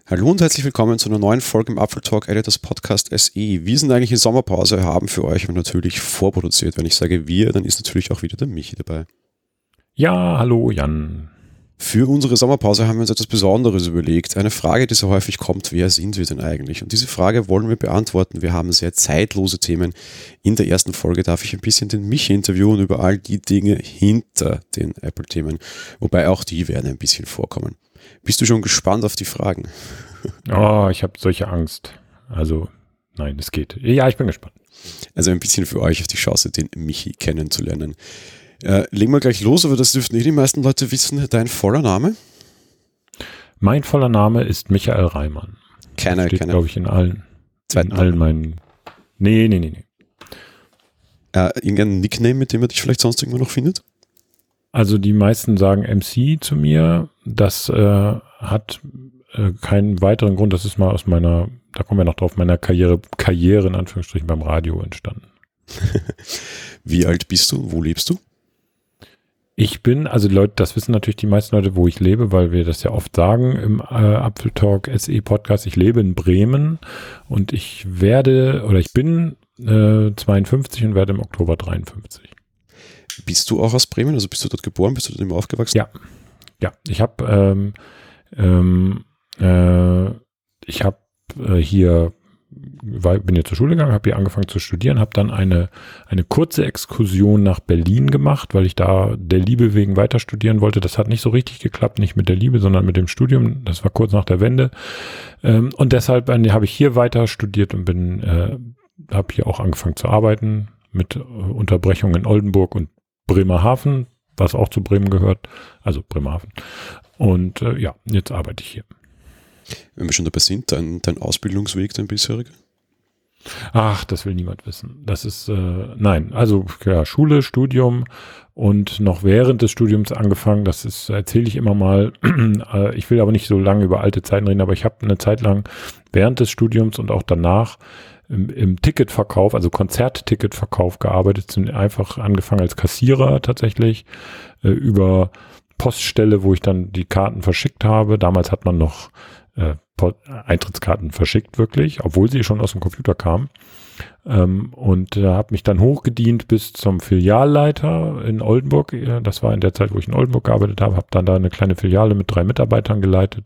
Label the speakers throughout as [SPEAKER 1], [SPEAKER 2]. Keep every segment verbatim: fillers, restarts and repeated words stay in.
[SPEAKER 1] Hallo und herzlich willkommen zu einer neuen Folge im Apfeltalk Editors Podcast S E. Wir sind eigentlich in Sommerpause, haben für euch aber natürlich vorproduziert. Wenn ich sage wir, dann ist natürlich auch wieder der Michi dabei.
[SPEAKER 2] Ja, hallo Jan.
[SPEAKER 1] Für unsere Sommerpause haben wir uns etwas Besonderes überlegt. Eine Frage, die so häufig kommt, wer sind wir denn eigentlich? Und diese Frage wollen wir beantworten. Wir haben sehr zeitlose Themen. In der ersten Folge darf ich ein bisschen den Michi interviewen über all die Dinge hinter den Apple-Themen. Wobei auch die werden ein bisschen vorkommen. Bist du schon gespannt auf die Fragen?
[SPEAKER 2] Oh, ich habe solche Angst. Also, nein, es geht. Ja, ich bin gespannt.
[SPEAKER 1] Also ein bisschen für euch auf die Chance, den Michi kennenzulernen. Äh, legen wir gleich los, aber das dürften eh die meisten Leute wissen. Dein voller Name?
[SPEAKER 2] Mein voller Name ist Michael Reimann.
[SPEAKER 1] Keiner,
[SPEAKER 2] steht,
[SPEAKER 1] keiner.
[SPEAKER 2] glaube ich, in allen,
[SPEAKER 1] Zweiten
[SPEAKER 2] in allen meinen... Nee, nee, nee, nee.
[SPEAKER 1] Äh, irgendein Nickname, mit dem man dich vielleicht sonst irgendwo noch findet?
[SPEAKER 2] Also die meisten sagen M C zu mir. Das äh, hat äh, keinen weiteren Grund. Das ist mal aus meiner, da kommen wir noch drauf, meiner Karriere, Karriere in Anführungsstrichen beim Radio entstanden.
[SPEAKER 1] Wie alt bist du? Wo lebst du?
[SPEAKER 2] Ich bin, also Leute, das wissen natürlich die meisten Leute, wo ich lebe, weil wir das ja oft sagen im äh, Apfeltalk S E Podcast. Ich lebe in Bremen und ich werde, oder ich bin äh, zweiundfünfzig und werde im Oktober dreiundfünfzig.
[SPEAKER 1] Bist du auch aus Bremen? Also bist du dort geboren? Bist du dort immer aufgewachsen?
[SPEAKER 2] Ja, ja. Ich habe, ähm, ähm, äh, ich habe äh, hier, war, bin hier zur Schule gegangen, habe hier angefangen zu studieren, habe dann eine eine kurze Exkursion nach Berlin gemacht, weil ich da der Liebe wegen weiter studieren wollte. Das hat nicht so richtig geklappt, nicht mit der Liebe, sondern mit dem Studium. Das war kurz nach der Wende. Ähm, und deshalb äh, habe ich hier weiter studiert und bin, äh, habe hier auch angefangen zu arbeiten mit äh, Unterbrechung in Oldenburg und Bremerhaven, was auch zu Bremen gehört, also Bremerhaven. Und äh, ja, jetzt arbeite ich hier.
[SPEAKER 1] Wenn wir schon dabei sind, dein, dein Ausbildungsweg, dein bisheriger?
[SPEAKER 2] Ach, das will niemand wissen. Das ist, äh, nein, also ja, Schule, Studium und noch während des Studiums angefangen, das ist, erzähle ich immer mal, ich will aber nicht so lange über alte Zeiten reden, aber ich habe eine Zeit lang während des Studiums und auch danach im, im Ticketverkauf, also Konzertticketverkauf gearbeitet, sind einfach angefangen als Kassierer tatsächlich, äh, über Poststelle, wo ich dann die Karten verschickt habe. Damals hat man noch äh, Eintrittskarten verschickt wirklich, obwohl sie schon aus dem Computer kamen. Ähm, und äh, habe mich dann hochgedient bis zum Filialleiter in Oldenburg. Das war in der Zeit, wo ich in Oldenburg gearbeitet habe, habe dann da eine kleine Filiale mit drei Mitarbeitern geleitet.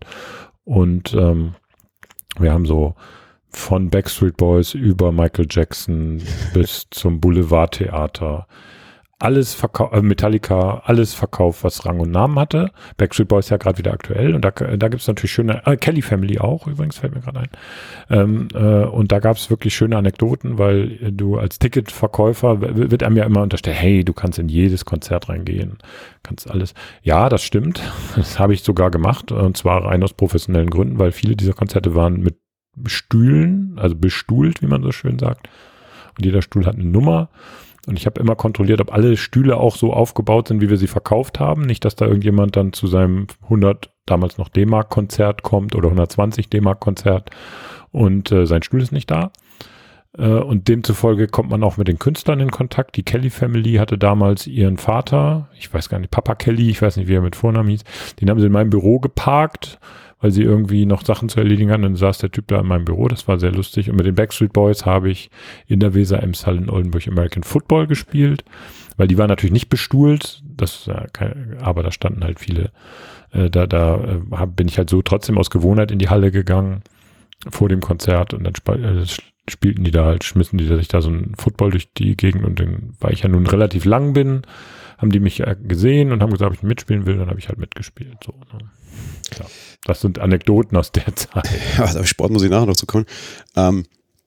[SPEAKER 2] Und ähm, wir haben so von Backstreet Boys über Michael Jackson bis zum Boulevardtheater alles verkauft, äh, Metallica, alles verkauft, was Rang und Namen hatte. Backstreet Boys ja gerade wieder aktuell und da, da gibt es natürlich schöne, äh, Kelly Family auch übrigens, fällt mir gerade ein. Ähm, äh, und da gab es wirklich schöne Anekdoten, weil äh, du als Ticketverkäufer w- wird einem ja immer unterstellt, hey, du kannst in jedes Konzert reingehen, kannst alles. Ja, das stimmt, das habe ich sogar gemacht und zwar rein aus professionellen Gründen, weil viele dieser Konzerte waren mit Stühlen, also bestuhlt, wie man so schön sagt. Und jeder Stuhl hat eine Nummer. Und ich habe immer kontrolliert, ob alle Stühle auch so aufgebaut sind, wie wir sie verkauft haben. Nicht, dass da irgendjemand dann zu seinem hundert, damals noch D-Mark-Konzert kommt oder hundertzwanzig D-Mark-Konzert und äh, sein Stuhl ist nicht da. Äh, und demzufolge kommt man auch mit den Künstlern in Kontakt. Die Kelly Family hatte damals ihren Vater, ich weiß gar nicht, Papa Kelly, ich weiß nicht, wie er mit Vornamen hieß, den haben sie in meinem Büro geparkt, weil sie irgendwie noch Sachen zu erledigen hatten. Dann saß der Typ da in meinem Büro, das war sehr lustig. Und mit den Backstreet Boys habe ich in der Weser Emshalle in Oldenburg American Football gespielt, weil die waren natürlich nicht bestuhlt, das, aber da standen halt viele, äh, da, da äh, bin ich halt so trotzdem aus Gewohnheit in die Halle gegangen vor dem Konzert und dann sp- äh, spielten die da halt, schmissen die sich da so einen Football durch die Gegend und dann, weil ich ja nun relativ lang bin, haben die mich gesehen und haben gesagt, ob ich mitspielen will, dann habe ich halt mitgespielt. So, ne? Ja, das sind Anekdoten aus der Zeit.
[SPEAKER 1] Ja, da Sport muss ich nachher noch zu kommen. Ähm,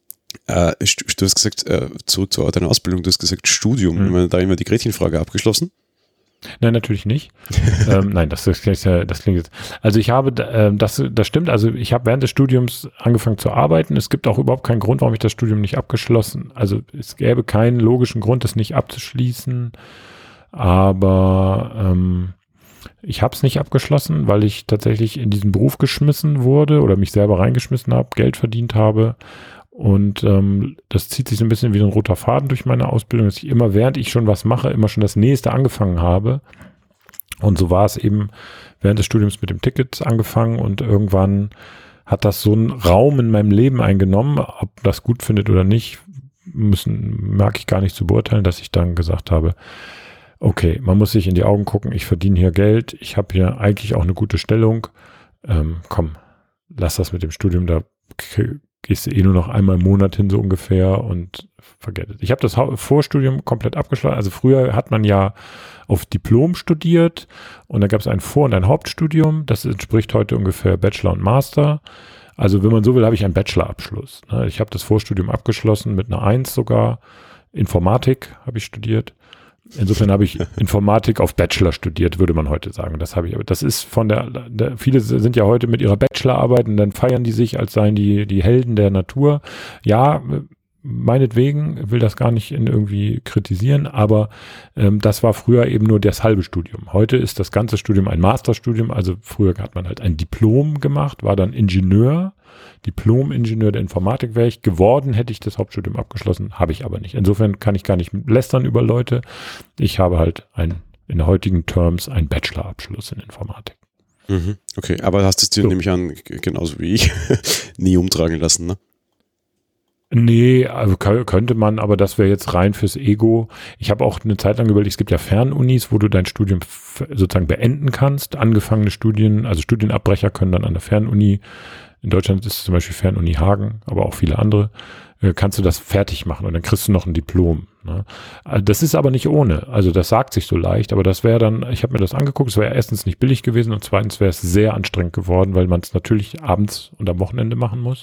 [SPEAKER 1] äh, du hast gesagt, äh, zurück zu deiner Ausbildung, du hast gesagt Studium. Mhm. Haben wir da immer die Gretchenfrage abgeschlossen?
[SPEAKER 2] Nein, natürlich nicht. ähm, nein, das, das, das, das klingt jetzt. Also ich habe, äh, das, das stimmt, also ich habe während des Studiums angefangen zu arbeiten. Es gibt auch überhaupt keinen Grund, warum ich das Studium nicht abgeschlossen. Also es gäbe keinen logischen Grund, das nicht abzuschließen. Aber ähm, ich habe es nicht abgeschlossen, weil ich tatsächlich in diesen Beruf geschmissen wurde oder mich selber reingeschmissen habe, Geld verdient habe. Und ähm, das zieht sich so ein bisschen wie ein roter Faden durch meine Ausbildung, dass ich immer, während ich schon was mache, immer schon das Nächste angefangen habe. Und so war es eben während des Studiums mit dem Ticket angefangen und irgendwann hat das so einen Raum in meinem Leben eingenommen, ob das gut findet oder nicht, müssen, mag ich gar nicht zu beurteilen, dass ich dann gesagt habe, okay, man muss sich in die Augen gucken, ich verdiene hier Geld, ich habe hier eigentlich auch eine gute Stellung, ähm, komm, lass das mit dem Studium, da gehst du eh nur noch einmal im Monat hin so ungefähr und forget it. Ich habe das Vorstudium komplett abgeschlossen, also früher hat man ja auf Diplom studiert und da gab es ein Vor- und ein Hauptstudium, das entspricht heute ungefähr Bachelor und Master. Also wenn man so will, habe ich einen Bachelorabschluss. Ich habe das Vorstudium abgeschlossen mit einer Eins sogar. Informatik habe ich studiert. Insofern habe ich Informatik auf Bachelor studiert, würde man heute sagen. Das habe ich, aber das ist von der, der, viele sind ja heute mit ihrer Bachelorarbeit und dann feiern die sich, als seien die, die Helden der Natur. Ja, meinetwegen, will das gar nicht in irgendwie kritisieren, aber ähm, das war früher eben nur das halbe Studium. Heute ist das ganze Studium ein Masterstudium, also früher hat man halt ein Diplom gemacht, war dann Ingenieur, Diplom-Ingenieur der Informatik wäre ich geworden, hätte ich das Hauptstudium abgeschlossen, habe ich aber nicht. Insofern kann ich gar nicht lästern über Leute. Ich habe halt ein, in der heutigen Terms einen Bachelorabschluss in Informatik.
[SPEAKER 1] Mhm, okay, aber hast es dir
[SPEAKER 2] so.
[SPEAKER 1] nämlich an, genauso wie ich, nie umtragen lassen, ne?
[SPEAKER 2] Nee, also könnte man, aber das wäre jetzt rein fürs Ego. Ich habe auch eine Zeit lang überlegt, es gibt ja Fernunis, wo du dein Studium sozusagen beenden kannst. Angefangene Studien, also Studienabbrecher können dann an der Fernuni, in Deutschland ist es zum Beispiel Fernuni Hagen, aber auch viele andere, kannst du das fertig machen und dann kriegst du noch ein Diplom. Ne? Das ist aber nicht ohne, also das sagt sich so leicht, aber das wäre dann, ich habe mir das angeguckt, es wäre erstens nicht billig gewesen und zweitens wäre es sehr anstrengend geworden, weil man es natürlich abends und am Wochenende machen muss.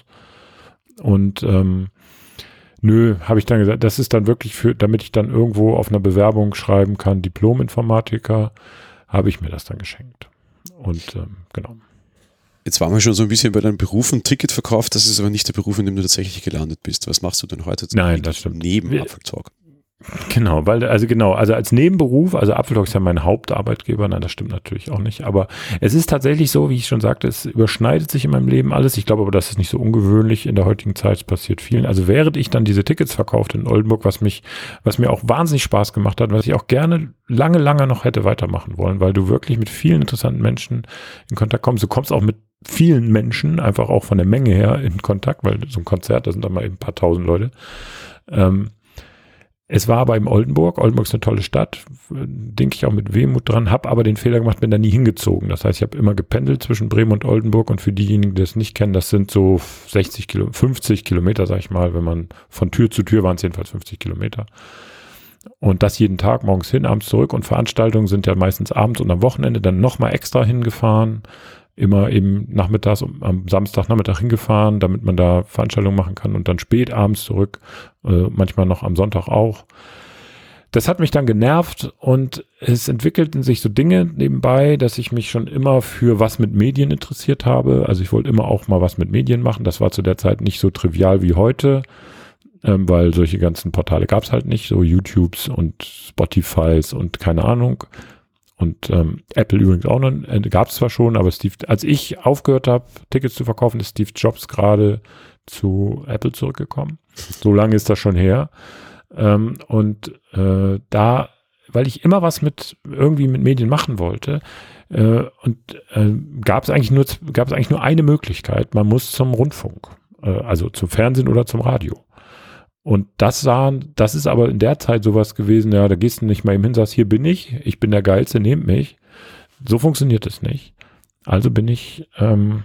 [SPEAKER 2] Und ähm, nö, habe ich dann gesagt, das ist dann wirklich für, damit ich dann irgendwo auf einer Bewerbung schreiben kann, Diplom-Informatiker, habe ich mir das dann geschenkt. Und ähm, genau.
[SPEAKER 1] Jetzt waren wir schon so ein bisschen bei deinem Beruf und Ticket verkauft, das ist aber nicht der Beruf, in dem du tatsächlich gelandet bist. Was machst du denn heute?
[SPEAKER 2] Nein, das stimmt.
[SPEAKER 1] Neben Apfeltalk.
[SPEAKER 2] Genau, weil, also genau, also als Nebenberuf, also Apfeltalk ist ja mein Hauptarbeitgeber, nein, das stimmt natürlich auch nicht, aber es ist tatsächlich so, wie ich schon sagte, es überschneidet sich in meinem Leben alles, ich glaube aber, das ist nicht so ungewöhnlich in der heutigen Zeit, es passiert vielen, also während ich dann diese Tickets verkaufte in Oldenburg, was mich, was mir auch wahnsinnig Spaß gemacht hat, was ich auch gerne lange, lange noch hätte weitermachen wollen, weil du wirklich mit vielen interessanten Menschen in Kontakt kommst, du kommst auch mit vielen Menschen, einfach auch von der Menge her in Kontakt, weil so ein Konzert, da sind dann mal eben ein paar tausend Leute, ähm, es war aber in Oldenburg. Oldenburg ist eine tolle Stadt, denke ich auch mit Wehmut dran, habe aber den Fehler gemacht, bin da nie hingezogen. Das heißt, ich habe immer gependelt zwischen Bremen und Oldenburg und für diejenigen, die das nicht kennen, das sind so sechzig Kilo, fünfzig Kilometer, sag ich mal, wenn man von Tür zu Tür waren es jedenfalls fünfzig Kilometer. Und das jeden Tag, morgens hin, abends zurück und Veranstaltungen sind ja meistens abends und am Wochenende dann nochmal extra hingefahren. Immer eben nachmittags, am Samstagnachmittag hingefahren, damit man da Veranstaltungen machen kann und dann spät abends zurück, äh, manchmal noch am Sonntag auch. Das hat mich dann genervt und es entwickelten sich so Dinge nebenbei, dass ich mich schon immer für was mit Medien interessiert habe. Also ich wollte immer auch mal was mit Medien machen. Das war zu der Zeit nicht so trivial wie heute, ähm, weil solche ganzen Portale gab es halt nicht, so YouTubes und Spotifys und keine Ahnung. Und ähm, Apple übrigens auch noch, äh, gab es zwar schon, aber Steve, als ich aufgehört habe, Tickets zu verkaufen, ist Steve Jobs gerade zu Apple zurückgekommen. So lange ist das schon her. Ähm, und äh, da, weil ich immer was mit irgendwie mit Medien machen wollte, äh, und äh, gab es eigentlich nur gab es eigentlich nur eine Möglichkeit: Man muss zum Rundfunk, äh, also zum Fernsehen oder zum Radio. Und das sahen, das ist aber in der Zeit sowas gewesen, ja, da gehst du nicht mal eben hin, sagst, hier bin ich, ich bin der Geilste, nehmt mich. So funktioniert es nicht. Also bin ich, ähm,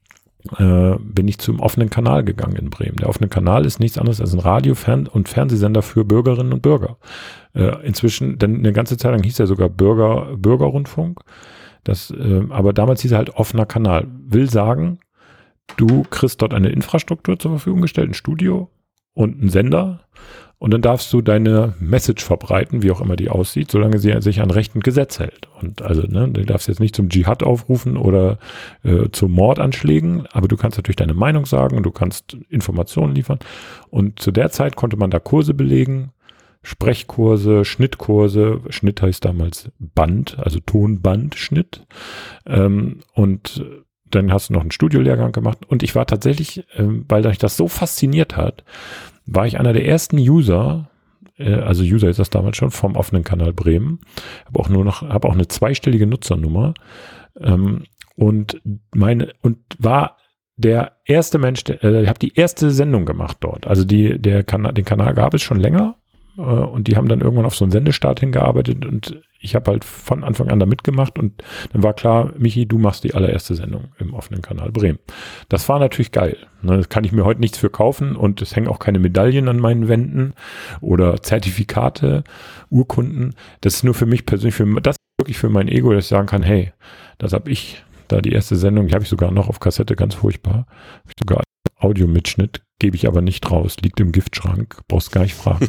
[SPEAKER 2] äh, bin ich zum offenen Kanal gegangen in Bremen. Der offene Kanal ist nichts anderes als ein Radio-, Fern- und Fernsehsender für Bürgerinnen und Bürger. Äh, inzwischen, denn eine ganze Zeit lang hieß er sogar Bürger, Bürgerrundfunk. Das, äh, aber damals hieß er halt offener Kanal. Will sagen, du kriegst dort eine Infrastruktur zur Verfügung gestellt, ein Studio und einen Sender und dann darfst du deine Message verbreiten, wie auch immer die aussieht, solange sie sich an Recht und Gesetz hält. Und also, ne, du darfst jetzt nicht zum Dschihad aufrufen oder äh, zu Mordanschlägen, aber du kannst natürlich deine Meinung sagen, du kannst Informationen liefern. Und zu der Zeit konnte man da Kurse belegen, Sprechkurse, Schnittkurse, Schnitt heißt damals Band, also Tonbandschnitt, ähm, und dann hast du noch einen Studiolehrgang gemacht und ich war tatsächlich, äh, weil mich das so fasziniert hat, war ich einer der ersten User, äh, also User ist das damals schon, vom offenen Kanal Bremen, habe auch nur noch, habe auch eine zweistellige Nutzernummer, ähm, und meine, und war der erste Mensch, der, äh, ich habe die erste Sendung gemacht dort. Also die, der Kanal, den Kanal gab es schon länger äh, und die haben dann irgendwann auf so einen Sendestart hingearbeitet und ich habe halt von Anfang an da mitgemacht und dann war klar, Michi, du machst die allererste Sendung im offenen Kanal Bremen. Das war natürlich geil. Ne? Da kann ich mir heute nichts für kaufen und es hängen auch keine Medaillen an meinen Wänden oder Zertifikate, Urkunden. Das ist nur für mich persönlich, für, das ist wirklich für mein Ego, dass ich sagen kann, hey, das habe ich, da die erste Sendung, die habe ich sogar noch auf Kassette, ganz furchtbar. Habe ich sogar Audiomitschnitt, gebe ich aber nicht raus, liegt im Giftschrank, brauchst gar nicht fragen.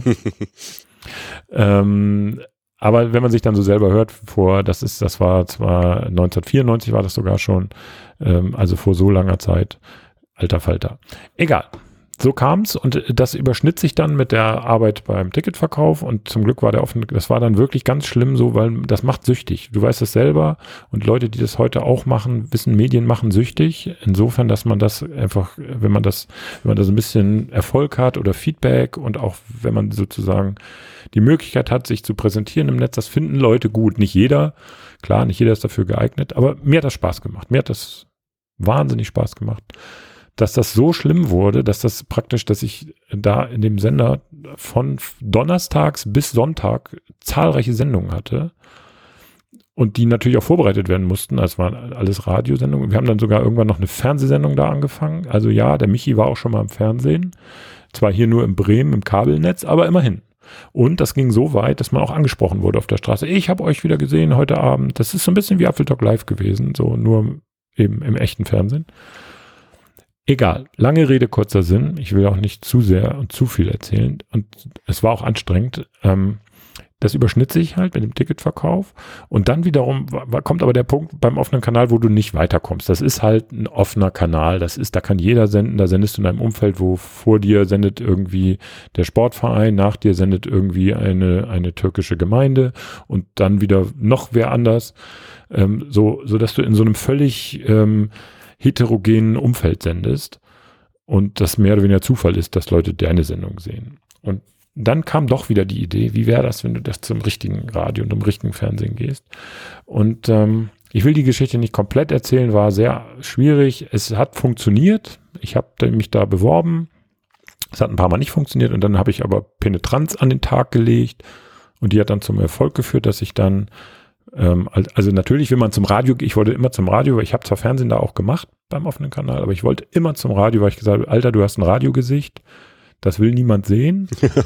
[SPEAKER 2] ähm, Aber wenn man sich dann so selber hört, vor, das ist, das war zwar neunzehnhundertvierundneunzig war das sogar schon, ähm, also vor so langer Zeit, alter Falter. Egal. So kam's und das überschnitt sich dann mit der Arbeit beim Ticketverkauf und zum Glück war der offen, das war dann wirklich ganz schlimm so, weil das macht süchtig. Du weißt es selber und Leute, die das heute auch machen, wissen, Medien machen süchtig. Insofern, dass man das einfach, wenn man das, wenn man da so ein bisschen Erfolg hat oder Feedback und auch wenn man sozusagen die Möglichkeit hat, sich zu präsentieren im Netz, das finden Leute gut. Nicht jeder, klar, nicht jeder ist dafür geeignet, aber mir hat das Spaß gemacht. Mir hat das wahnsinnig Spaß gemacht. Dass das so schlimm wurde, dass das praktisch, dass ich da in dem Sender von donnerstags bis Sonntag zahlreiche Sendungen hatte und die natürlich auch vorbereitet werden mussten. Das waren alles Radiosendungen. Wir haben dann sogar irgendwann noch eine Fernsehsendung da angefangen. Also ja, der Michi war auch schon mal im Fernsehen. Zwar hier nur in Bremen im Kabelnetz, aber immerhin. Und das ging so weit, dass man auch angesprochen wurde auf der Straße. Ich habe euch wieder gesehen heute Abend. Das ist so ein bisschen wie Apfeltalk Live gewesen, so nur eben im echten Fernsehen. Egal, lange Rede, kurzer Sinn. Ich will auch nicht zu sehr und zu viel erzählen. Und es war auch anstrengend. Ähm, das überschnitt sich halt mit dem Ticketverkauf. Und dann wiederum war, kommt aber der Punkt beim offenen Kanal, wo du nicht weiterkommst. Das ist halt ein offener Kanal. Das ist, da kann jeder senden. Da sendest du in einem Umfeld, wo vor dir sendet irgendwie der Sportverein, nach dir sendet irgendwie eine, eine türkische Gemeinde und dann wieder noch wer anders. Ähm, so, so dass du in so einem völlig ähm, heterogenen Umfeld sendest und das mehr oder weniger Zufall ist, dass Leute deine Sendung sehen. Und dann kam doch wieder die Idee, wie wäre das, wenn du das zum richtigen Radio und zum richtigen Fernsehen gehst? Und ähm, ich will die Geschichte nicht komplett erzählen, war sehr schwierig. Es hat funktioniert. Ich habe mich da beworben. Es hat ein paar Mal nicht funktioniert und dann habe ich aber Penetranz an den Tag gelegt und die hat dann zum Erfolg geführt, dass ich dann also natürlich, wenn man zum Radio, ich wollte immer zum Radio, weil ich habe zwar Fernsehen da auch gemacht beim offenen Kanal, aber ich wollte immer zum Radio, weil ich gesagt habe, Alter, du hast ein Radiogesicht, das will niemand sehen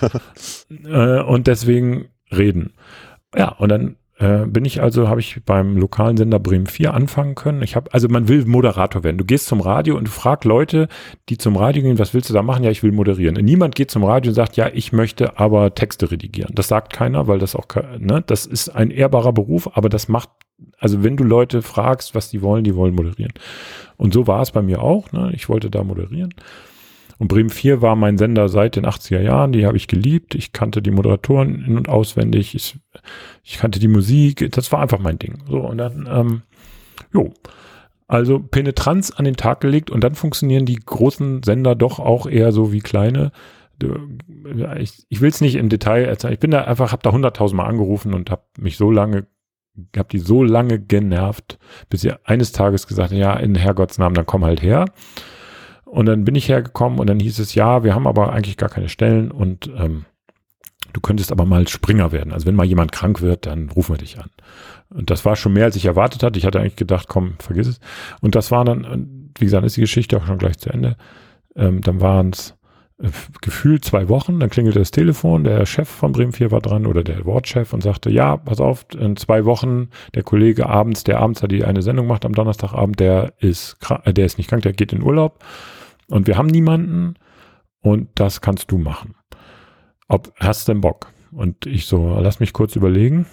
[SPEAKER 2] äh, und deswegen reden. Ja, und dann äh, bin ich also, habe ich beim lokalen Sender Bremen vier anfangen können. Ich habe, also man will Moderator werden. Du gehst zum Radio und du fragst Leute, die zum Radio gehen, was willst du da machen? Ja, ich will moderieren. Und niemand geht zum Radio und sagt, ja, ich möchte aber Texte redigieren. Das sagt keiner, weil das auch, ne, das ist ein ehrbarer Beruf, aber das macht, also wenn du Leute fragst, was die wollen, die wollen moderieren. Und so war es bei mir auch, ne? Ich wollte da moderieren. Und Bremen vier war mein Sender seit den achtziger Jahren, die habe ich geliebt. Ich kannte die Moderatoren in- und auswendig. Ich, ich kannte die Musik. Das war einfach mein Ding. So, und dann, ähm, jo. Also Penetranz an den Tag gelegt und dann funktionieren die großen Sender doch auch eher so wie kleine. Ich, ich will es nicht im Detail erzählen. Ich bin da einfach, habe da hunderttausend Mal angerufen und habe mich so lange, habe die so lange genervt, bis sie eines Tages gesagt haben, ja, in Herrgotts Namen, dann komm halt her. Und dann bin ich hergekommen und dann hieß es, ja, wir haben aber eigentlich gar keine Stellen und ähm, du könntest aber mal Springer werden. Also wenn mal jemand krank wird, dann rufen wir dich an. Und das war schon mehr, als ich erwartet hatte. Ich hatte eigentlich gedacht, komm, vergiss es. Und das war dann, wie gesagt, ist die Geschichte auch schon gleich zu Ende. Ähm, dann waren es äh, gefühlt zwei Wochen, dann klingelte das Telefon, der Chef von Bremen vier war dran oder der Wortchef und sagte, ja, pass auf, in zwei Wochen, der Kollege abends, der abends hat die eine Sendung gemacht am Donnerstagabend, der ist krank, äh, der ist nicht krank, der geht in Urlaub. Und wir haben niemanden und das kannst du machen. Ob, hast du denn Bock? Und ich so, lass mich kurz überlegen.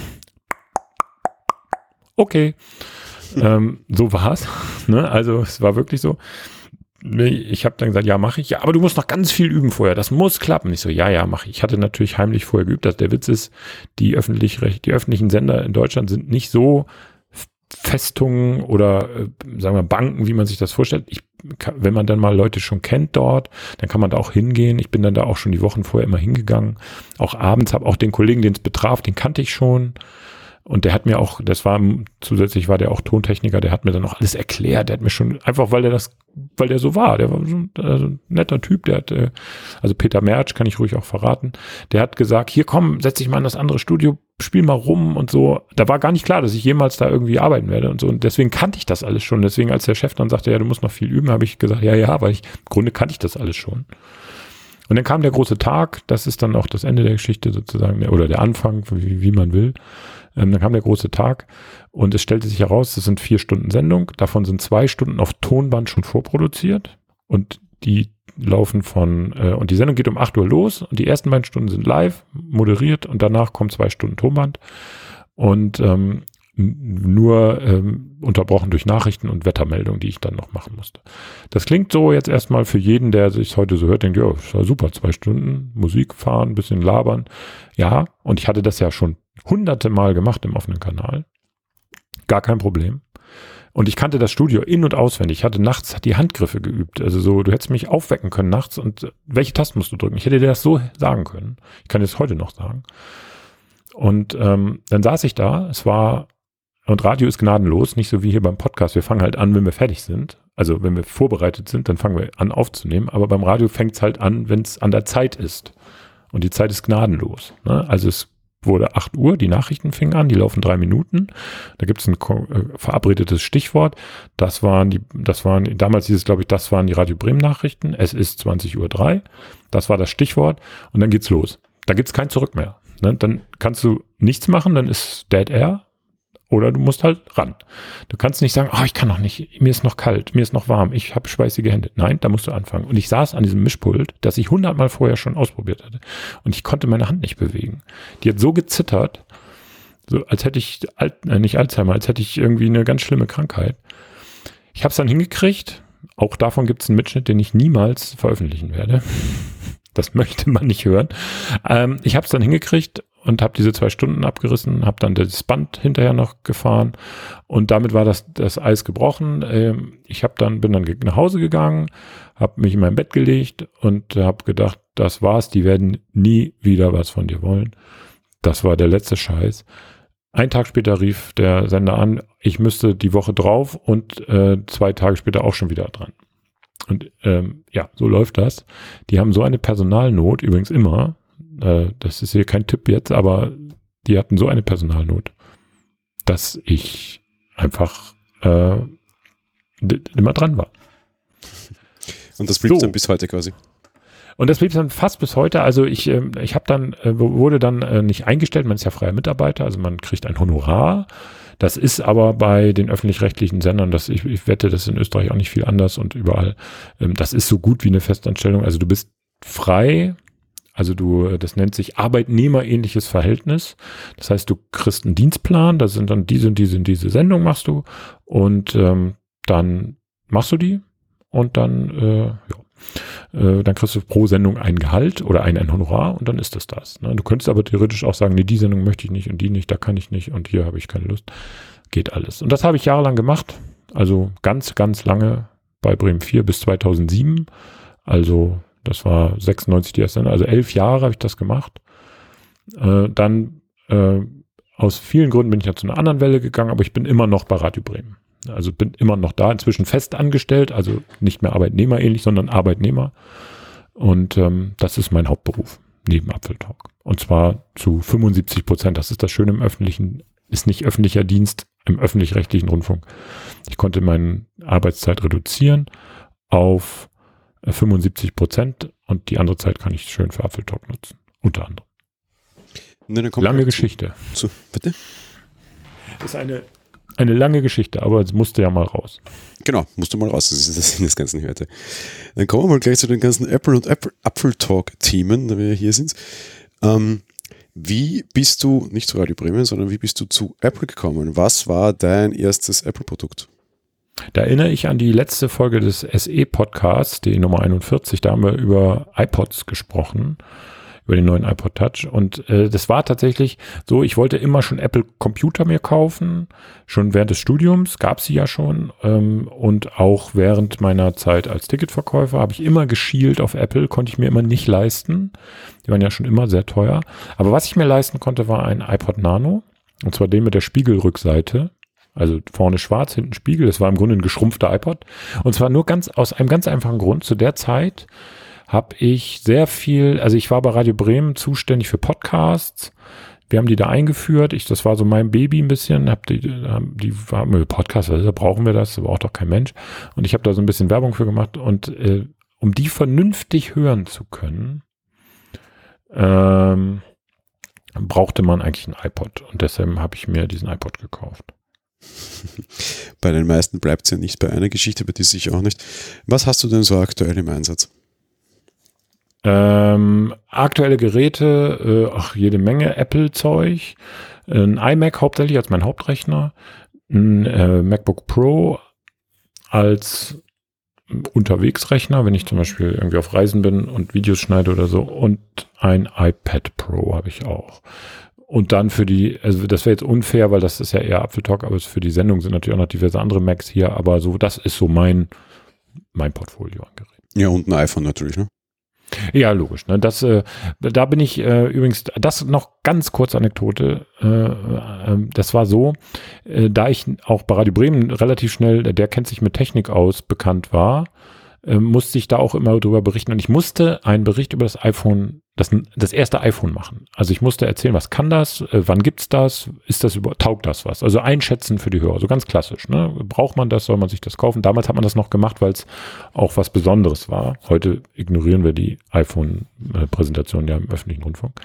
[SPEAKER 2] Okay. ähm, so war's. Ne? Also es war wirklich so. Ich habe dann gesagt, ja, mache ich. Ja, aber du musst noch ganz viel üben vorher. Das muss klappen. Ich so, ja, ja, mache ich. Ich hatte natürlich heimlich vorher geübt. Dass der Witz ist, die, öffentlich, die öffentlichen Sender in Deutschland sind nicht so Festungen oder äh, sagen wir Banken, wie man sich das vorstellt. Ich, wenn man dann mal Leute schon kennt dort, dann kann man da auch hingehen. Ich bin dann da auch schon die Wochen vorher immer hingegangen. Auch abends, habe auch den Kollegen, den es betraf, den kannte ich schon. Und der hat mir auch, das war zusätzlich war der auch Tontechniker, der hat mir dann auch alles erklärt. Der hat mir schon, einfach weil der das, weil der so war, der war so ein, also ein netter Typ, der hat, also Peter Mertsch, kann ich ruhig auch verraten, der hat gesagt, hier komm, setz dich mal in das andere Studio, spiel mal rum und so. Da war gar nicht klar, dass ich jemals da irgendwie arbeiten werde und so. Und deswegen kannte ich das alles schon. Deswegen, als der Chef dann sagte, ja, du musst noch viel üben, habe ich gesagt, ja, ja, weil ich, im Grunde kannte ich das alles schon. Und dann kam der große Tag, das ist dann auch das Ende der Geschichte sozusagen, oder der Anfang, wie, wie man will. Ähm, dann kam der große Tag und es stellte sich heraus, das sind vier Stunden Sendung, davon sind zwei Stunden auf Tonband schon vorproduziert und die laufen von, äh, und die Sendung geht um acht Uhr los und die ersten beiden Stunden sind live, moderiert und danach kommen zwei Stunden Tonband und ähm, nur ähm, unterbrochen durch Nachrichten und Wettermeldungen, die ich dann noch machen musste. Das klingt so jetzt erstmal für jeden, der sich heute so hört, denkt, ja, ist ja super, zwei Stunden Musik fahren, ein bisschen labern. Ja, und ich hatte das ja schon hunderte Mal gemacht im offenen Kanal. Gar kein Problem. Und ich kannte das Studio in- und auswendig. Ich hatte nachts die Handgriffe geübt. Also so, du hättest mich aufwecken können nachts und welche Tasten musst du drücken? Ich hätte dir das so sagen können. Ich kann es heute noch sagen. Und ähm, dann saß ich da, es war und Radio ist gnadenlos, nicht so wie hier beim Podcast. Wir fangen halt an, wenn wir fertig sind. Also wenn wir vorbereitet sind, dann fangen wir an aufzunehmen. Aber beim Radio fängt es halt an, wenn es an der Zeit ist. Und die Zeit ist gnadenlos. Ne? Also es wurde acht Uhr, die Nachrichten fingen an, die laufen drei Minuten. Da gibt es ein äh, verabredetes Stichwort. Das waren die, das waren, damals hieß es, glaube ich, das waren die Radio Bremen Nachrichten. Es ist zwanzig Uhr drei. Das war das Stichwort. Und dann geht's los. Da gibt's kein Zurück mehr. Ne? Dann kannst du nichts machen, dann ist Dead Air. Oder du musst halt ran. Du kannst nicht sagen, oh, ich kann noch nicht, mir ist noch kalt, mir ist noch warm, ich habe schweißige Hände. Nein, da musst du anfangen. Und ich saß an diesem Mischpult, das ich hundertmal vorher schon ausprobiert hatte. Und ich konnte meine Hand nicht bewegen. Die hat so gezittert, so als hätte ich, Alt, äh, nicht Alzheimer, als hätte ich irgendwie eine ganz schlimme Krankheit. Ich habe es dann hingekriegt. Auch davon gibt es einen Mitschnitt, den ich niemals veröffentlichen werde. Das möchte man nicht hören. Ähm, ich habe es dann hingekriegt und habe diese zwei Stunden abgerissen, habe dann das Band hinterher noch gefahren und damit war das, das Eis gebrochen. Ähm, ich habe dann bin dann nach Hause gegangen, habe mich in mein Bett gelegt und habe gedacht, das war's, die werden nie wieder was von dir wollen. Das war der letzte Scheiß. Ein Tag später rief der Sender an, ich müsste die Woche drauf und äh, zwei Tage später auch schon wieder dran. Und ähm, ja, so läuft das. Die haben so eine Personalnot, übrigens immer, äh, das ist hier kein Tipp jetzt, aber die hatten so eine Personalnot, dass ich einfach äh, d- immer dran war.
[SPEAKER 1] Und das blieb
[SPEAKER 2] so.
[SPEAKER 1] dann bis heute quasi.
[SPEAKER 2] Und das blieb dann fast bis heute. Also ich, äh, ich habe dann, äh, wurde dann äh, nicht eingestellt, man ist ja freier Mitarbeiter, also man kriegt ein Honorar. Das ist aber bei den öffentlich-rechtlichen Sendern, das, ich, ich wette, das ist in Österreich auch nicht viel anders und überall, ähm, das ist so gut wie eine Festanstellung. Also du bist frei, also du, das nennt sich arbeitnehmerähnliches Verhältnis. Das heißt, du kriegst einen Dienstplan, da sind dann diese und diese und diese Sendung machst du und ähm, dann machst du die und dann, äh, ja. Dann kriegst du pro Sendung ein Gehalt oder ein, ein Honorar und dann ist das das. Ne? Du könntest aber theoretisch auch sagen, nee, die Sendung möchte ich nicht und die nicht, da kann ich nicht und hier habe ich keine Lust. Geht alles. Und das habe ich jahrelang gemacht. Also ganz, ganz lange bei Bremen vier bis zweitausendsieben. Also das war sechsundneunzig die erste Sendung. Also elf Jahre habe ich das gemacht. Äh, dann äh, aus vielen Gründen bin ich ja zu einer anderen Welle gegangen, aber ich bin immer noch bei Radio Bremen. Also bin immer noch da, inzwischen fest angestellt, also nicht mehr arbeitnehmerähnlich, sondern Arbeitnehmer. Und ähm, das ist mein Hauptberuf, neben Apfeltalk. Und zwar zu fünfundsiebzig Prozent. Das ist das Schöne im öffentlichen, ist nicht öffentlicher Dienst im öffentlich-rechtlichen Rundfunk. Ich konnte meine Arbeitszeit reduzieren auf fünfundsiebzig Prozent und die andere Zeit kann ich schön für Apfeltalk nutzen, unter anderem.
[SPEAKER 1] Ne,
[SPEAKER 2] Lange Geschichte.
[SPEAKER 1] Zu, bitte?
[SPEAKER 2] Das ist eine Eine lange Geschichte, aber es musste ja mal raus.
[SPEAKER 1] Genau, musste mal raus, das ist das Sinn des Ganzen heute. Dann kommen wir mal gleich zu den ganzen Apple- und Apfeltalk-Themen, da wir hier sind. Ähm, wie bist du, nicht zu Radio Bremen, sondern wie bist du zu Apple gekommen? Was war dein erstes Apple-Produkt?
[SPEAKER 2] Da erinnere ich an die letzte Folge des S E-Podcasts, die Nummer einundvierzig, da haben wir über iPods gesprochen. Über den neuen iPod Touch und äh, das war tatsächlich so, ich wollte immer schon Apple Computer mir kaufen, schon während des Studiums, gab sie ja schon ähm, und auch während meiner Zeit als Ticketverkäufer habe ich immer geschielt auf Apple, konnte ich mir immer nicht leisten, die waren ja schon immer sehr teuer, aber was ich mir leisten konnte, war ein iPod Nano Und zwar den mit der Spiegelrückseite. Also vorne schwarz, hinten Spiegel. Das war im Grunde ein geschrumpfter iPod. Und zwar nur ganz aus einem ganz einfachen Grund. Zu der Zeit habe ich sehr viel, also ich war bei Radio Bremen zuständig für Podcasts. Wir haben die da eingeführt. Ich, das war so mein Baby ein bisschen. Hab die, die war mir Podcast, also brauchen wir das, das braucht doch kein Mensch. Und ich habe da so ein bisschen Werbung für gemacht. Und äh, um die vernünftig hören zu können, ähm, brauchte man eigentlich einen iPod. Und deshalb habe ich mir diesen iPod gekauft.
[SPEAKER 1] Bei den meisten bleibt es ja nicht bei einer Geschichte, bei dir sicher auch nicht. Was hast du denn so aktuell im Einsatz?
[SPEAKER 2] Ähm, aktuelle Geräte, äh, ach, jede Menge Apple-Zeug, ein iMac hauptsächlich als mein Hauptrechner, ein äh, MacBook Pro als Unterwegsrechner, wenn ich zum Beispiel irgendwie auf Reisen bin und Videos schneide oder so, und ein iPad Pro habe ich auch. Und dann für die, also das wäre jetzt unfair, weil das ist ja eher Apfeltalk, aber für die Sendung sind natürlich auch noch diverse andere Macs hier, aber so, das ist so mein, mein Portfolio an Geräten.
[SPEAKER 1] Ja, und ein iPhone natürlich, ne?
[SPEAKER 2] Ja, logisch. Ne? Das, äh, da bin ich äh, übrigens, das noch ganz kurz Anekdote, äh, äh, das war so, äh, da ich auch bei Radio Bremen relativ schnell, der kennt sich mit Technik aus, bekannt war, äh, musste ich da auch immer drüber berichten und ich musste einen Bericht über das iPhone, das, das erste iPhone machen. Also ich musste erzählen, was kann das, äh, wann gibt's das, ist das über, taugt das was? Also einschätzen für die Hörer, so ganz klassisch. Ne? Braucht man das, soll man sich das kaufen? Damals hat man das noch gemacht, weil es auch was Besonderes war. Heute ignorieren wir die iPhone-Präsentation ja im öffentlichen Rundfunk.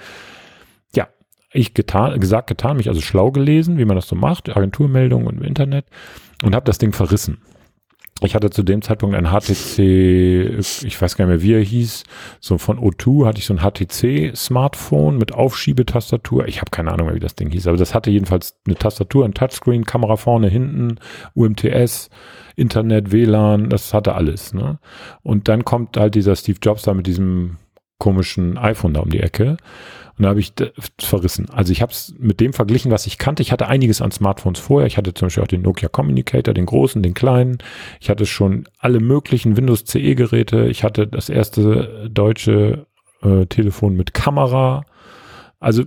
[SPEAKER 2] Ja, ich getan, gesagt, getan, mich also schlau gelesen, wie man das so macht, Agenturmeldungen und im Internet, und habe das Ding verrissen. Ich hatte zu dem Zeitpunkt ein H T C, ich weiß gar nicht mehr, wie er hieß, so von O zwei hatte ich so ein H T C-Smartphone mit Aufschiebetastatur. Ich habe keine Ahnung mehr, wie das Ding hieß, aber das hatte jedenfalls eine Tastatur, ein Touchscreen, Kamera vorne, hinten, U M T S, Internet, W L A N, das hatte alles. Ne? Und dann kommt halt dieser Steve Jobs da mit diesem komischen iPhone da um die Ecke. Und da habe ich verrissen. Also ich habe es mit dem verglichen, was ich kannte. Ich hatte einiges an Smartphones vorher. Ich hatte zum Beispiel auch den Nokia Communicator, den großen, den kleinen. Ich hatte schon alle möglichen Windows C E-Geräte. Ich hatte das erste deutsche äh, Telefon mit Kamera. Also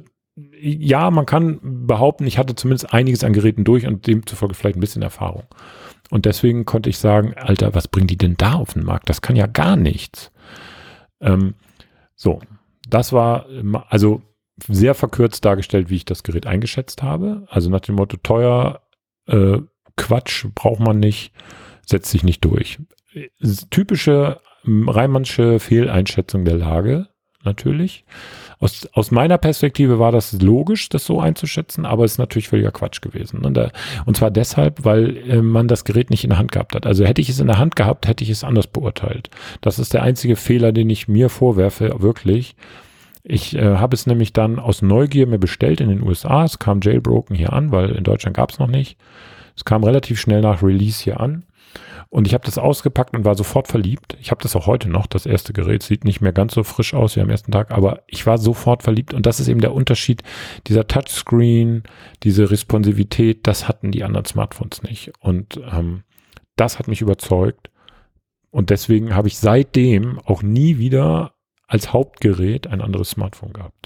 [SPEAKER 2] ja, man kann behaupten, ich hatte zumindest einiges an Geräten durch und demzufolge vielleicht ein bisschen Erfahrung. Und deswegen konnte ich sagen, Alter, was bringen die denn da auf den Markt? Das kann ja gar nichts. Ähm, so. Das war also sehr verkürzt dargestellt, wie ich das Gerät eingeschätzt habe. Also nach dem Motto teuer, äh, Quatsch, braucht man nicht, setzt sich nicht durch. Typische Reimannsche Fehleinschätzung der Lage, natürlich. Aus, aus meiner Perspektive war das logisch, das so einzuschätzen, aber es ist natürlich völliger Quatsch gewesen. Und, da, und zwar deshalb, weil äh, man das Gerät nicht in der Hand gehabt hat. Also hätte ich es in der Hand gehabt, hätte ich es anders beurteilt. Das ist der einzige Fehler, den ich mir vorwerfe, wirklich. Ich äh, habe es nämlich dann aus Neugier mir bestellt in den U S A. Es kam jailbroken hier an, weil in Deutschland gab es noch nicht. Es kam relativ schnell nach Release hier an. Und ich habe das ausgepackt und war sofort verliebt. Ich habe das auch heute noch. Das erste Gerät sieht nicht mehr ganz so frisch aus wie am ersten Tag, aber ich war sofort verliebt. Und das ist eben der Unterschied. Dieser Touchscreen, diese Responsivität, das hatten die anderen Smartphones nicht. Und ähm, das hat mich überzeugt. Und deswegen habe ich seitdem auch nie wieder als Hauptgerät ein anderes Smartphone gehabt.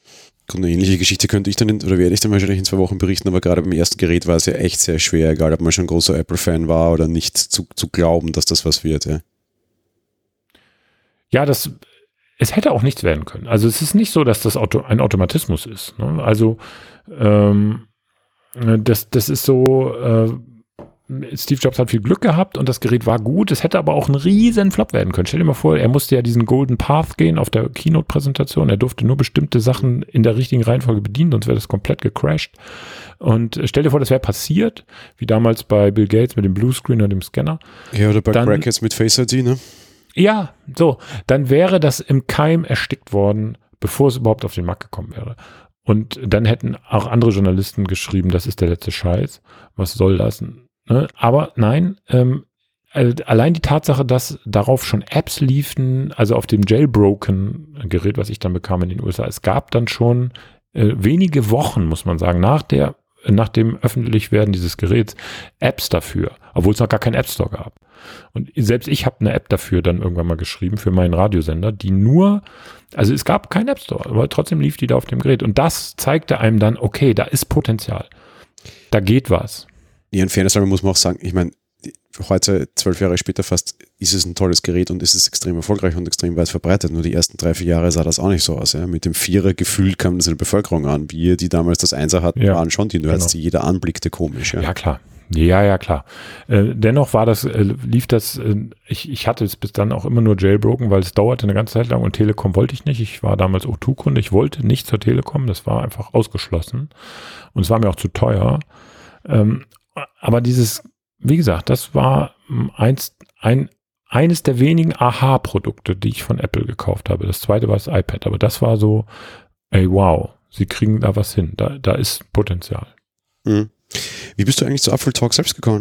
[SPEAKER 1] Eine ähnliche Geschichte könnte ich dann, in, oder werde ich dann wahrscheinlich in zwei Wochen berichten, aber gerade beim ersten Gerät war es ja echt sehr schwer, egal ob man schon ein großer Apple-Fan war oder nicht, zu, zu glauben, dass das was wird. Ja,
[SPEAKER 2] ja das, es hätte auch nichts werden können. Also es ist nicht so, dass das Auto, ein Automatismus ist. Ne? Also ähm, das, das ist so, äh, Steve Jobs hat viel Glück gehabt und das Gerät war gut. Es hätte aber auch ein riesen Flop werden können. Stell dir mal vor, er musste ja diesen Golden Path gehen auf der Keynote-Präsentation. Er durfte nur bestimmte Sachen in der richtigen Reihenfolge bedienen, sonst wäre das komplett gecrashed. Und stell dir vor, das wäre passiert, wie damals bei Bill Gates mit dem Bluescreen und dem Scanner.
[SPEAKER 1] Ja, oder bei
[SPEAKER 2] dann,
[SPEAKER 1] Crackheads mit Face I D, ne?
[SPEAKER 2] Ja, so. Dann wäre das im Keim erstickt worden, bevor es überhaupt auf den Markt gekommen wäre. Und dann hätten auch andere Journalisten geschrieben, das ist der letzte Scheiß. Was soll das? Aber nein, ähm, allein die Tatsache, dass darauf schon Apps liefen, also auf dem jailbroken Gerät, was ich dann bekam in den U S A, es gab dann schon äh, wenige Wochen, muss man sagen, nach der nach dem Öffentlichwerden dieses Geräts Apps dafür, obwohl es noch gar keinen App Store gab. Und selbst ich habe eine App dafür dann irgendwann mal geschrieben für meinen Radiosender, die nur, also es gab keinen App Store, aber trotzdem lief die da auf dem Gerät. Und das zeigte einem dann, okay, da ist Potenzial. Da geht was.
[SPEAKER 1] Ja, in Fairness muss man auch sagen, ich meine, heute, zwölf Jahre später fast, ist es ein tolles Gerät und ist es extrem erfolgreich und extrem weit verbreitet. Nur die ersten drei, vier Jahre sah das auch nicht so aus. Ja? Mit dem Vierer gefühlt kam das in der Bevölkerung an. Wir, die damals das Einser hatten, ja, waren schon die Nerds, genau, die jeder anblickte komisch. Ja,
[SPEAKER 2] ja klar. Ja, ja, klar. Äh, dennoch war das, äh, lief das, äh, ich, ich hatte es bis dann auch immer nur jailbroken, weil es dauerte eine ganze Zeit lang und Telekom wollte ich nicht. Ich war damals O zwei Kunde, ich wollte nicht zur Telekom, das war einfach ausgeschlossen und es war mir auch zu teuer. Ähm, aber dieses, wie gesagt, das war eins, ein, eines der wenigen Aha-Produkte, die ich von Apple gekauft habe. Das zweite war das iPad, aber das war so, ey, wow, sie kriegen da was hin, da, da ist Potenzial.
[SPEAKER 1] Mhm. Wie bist du eigentlich zu Apfeltalk selbst gekommen?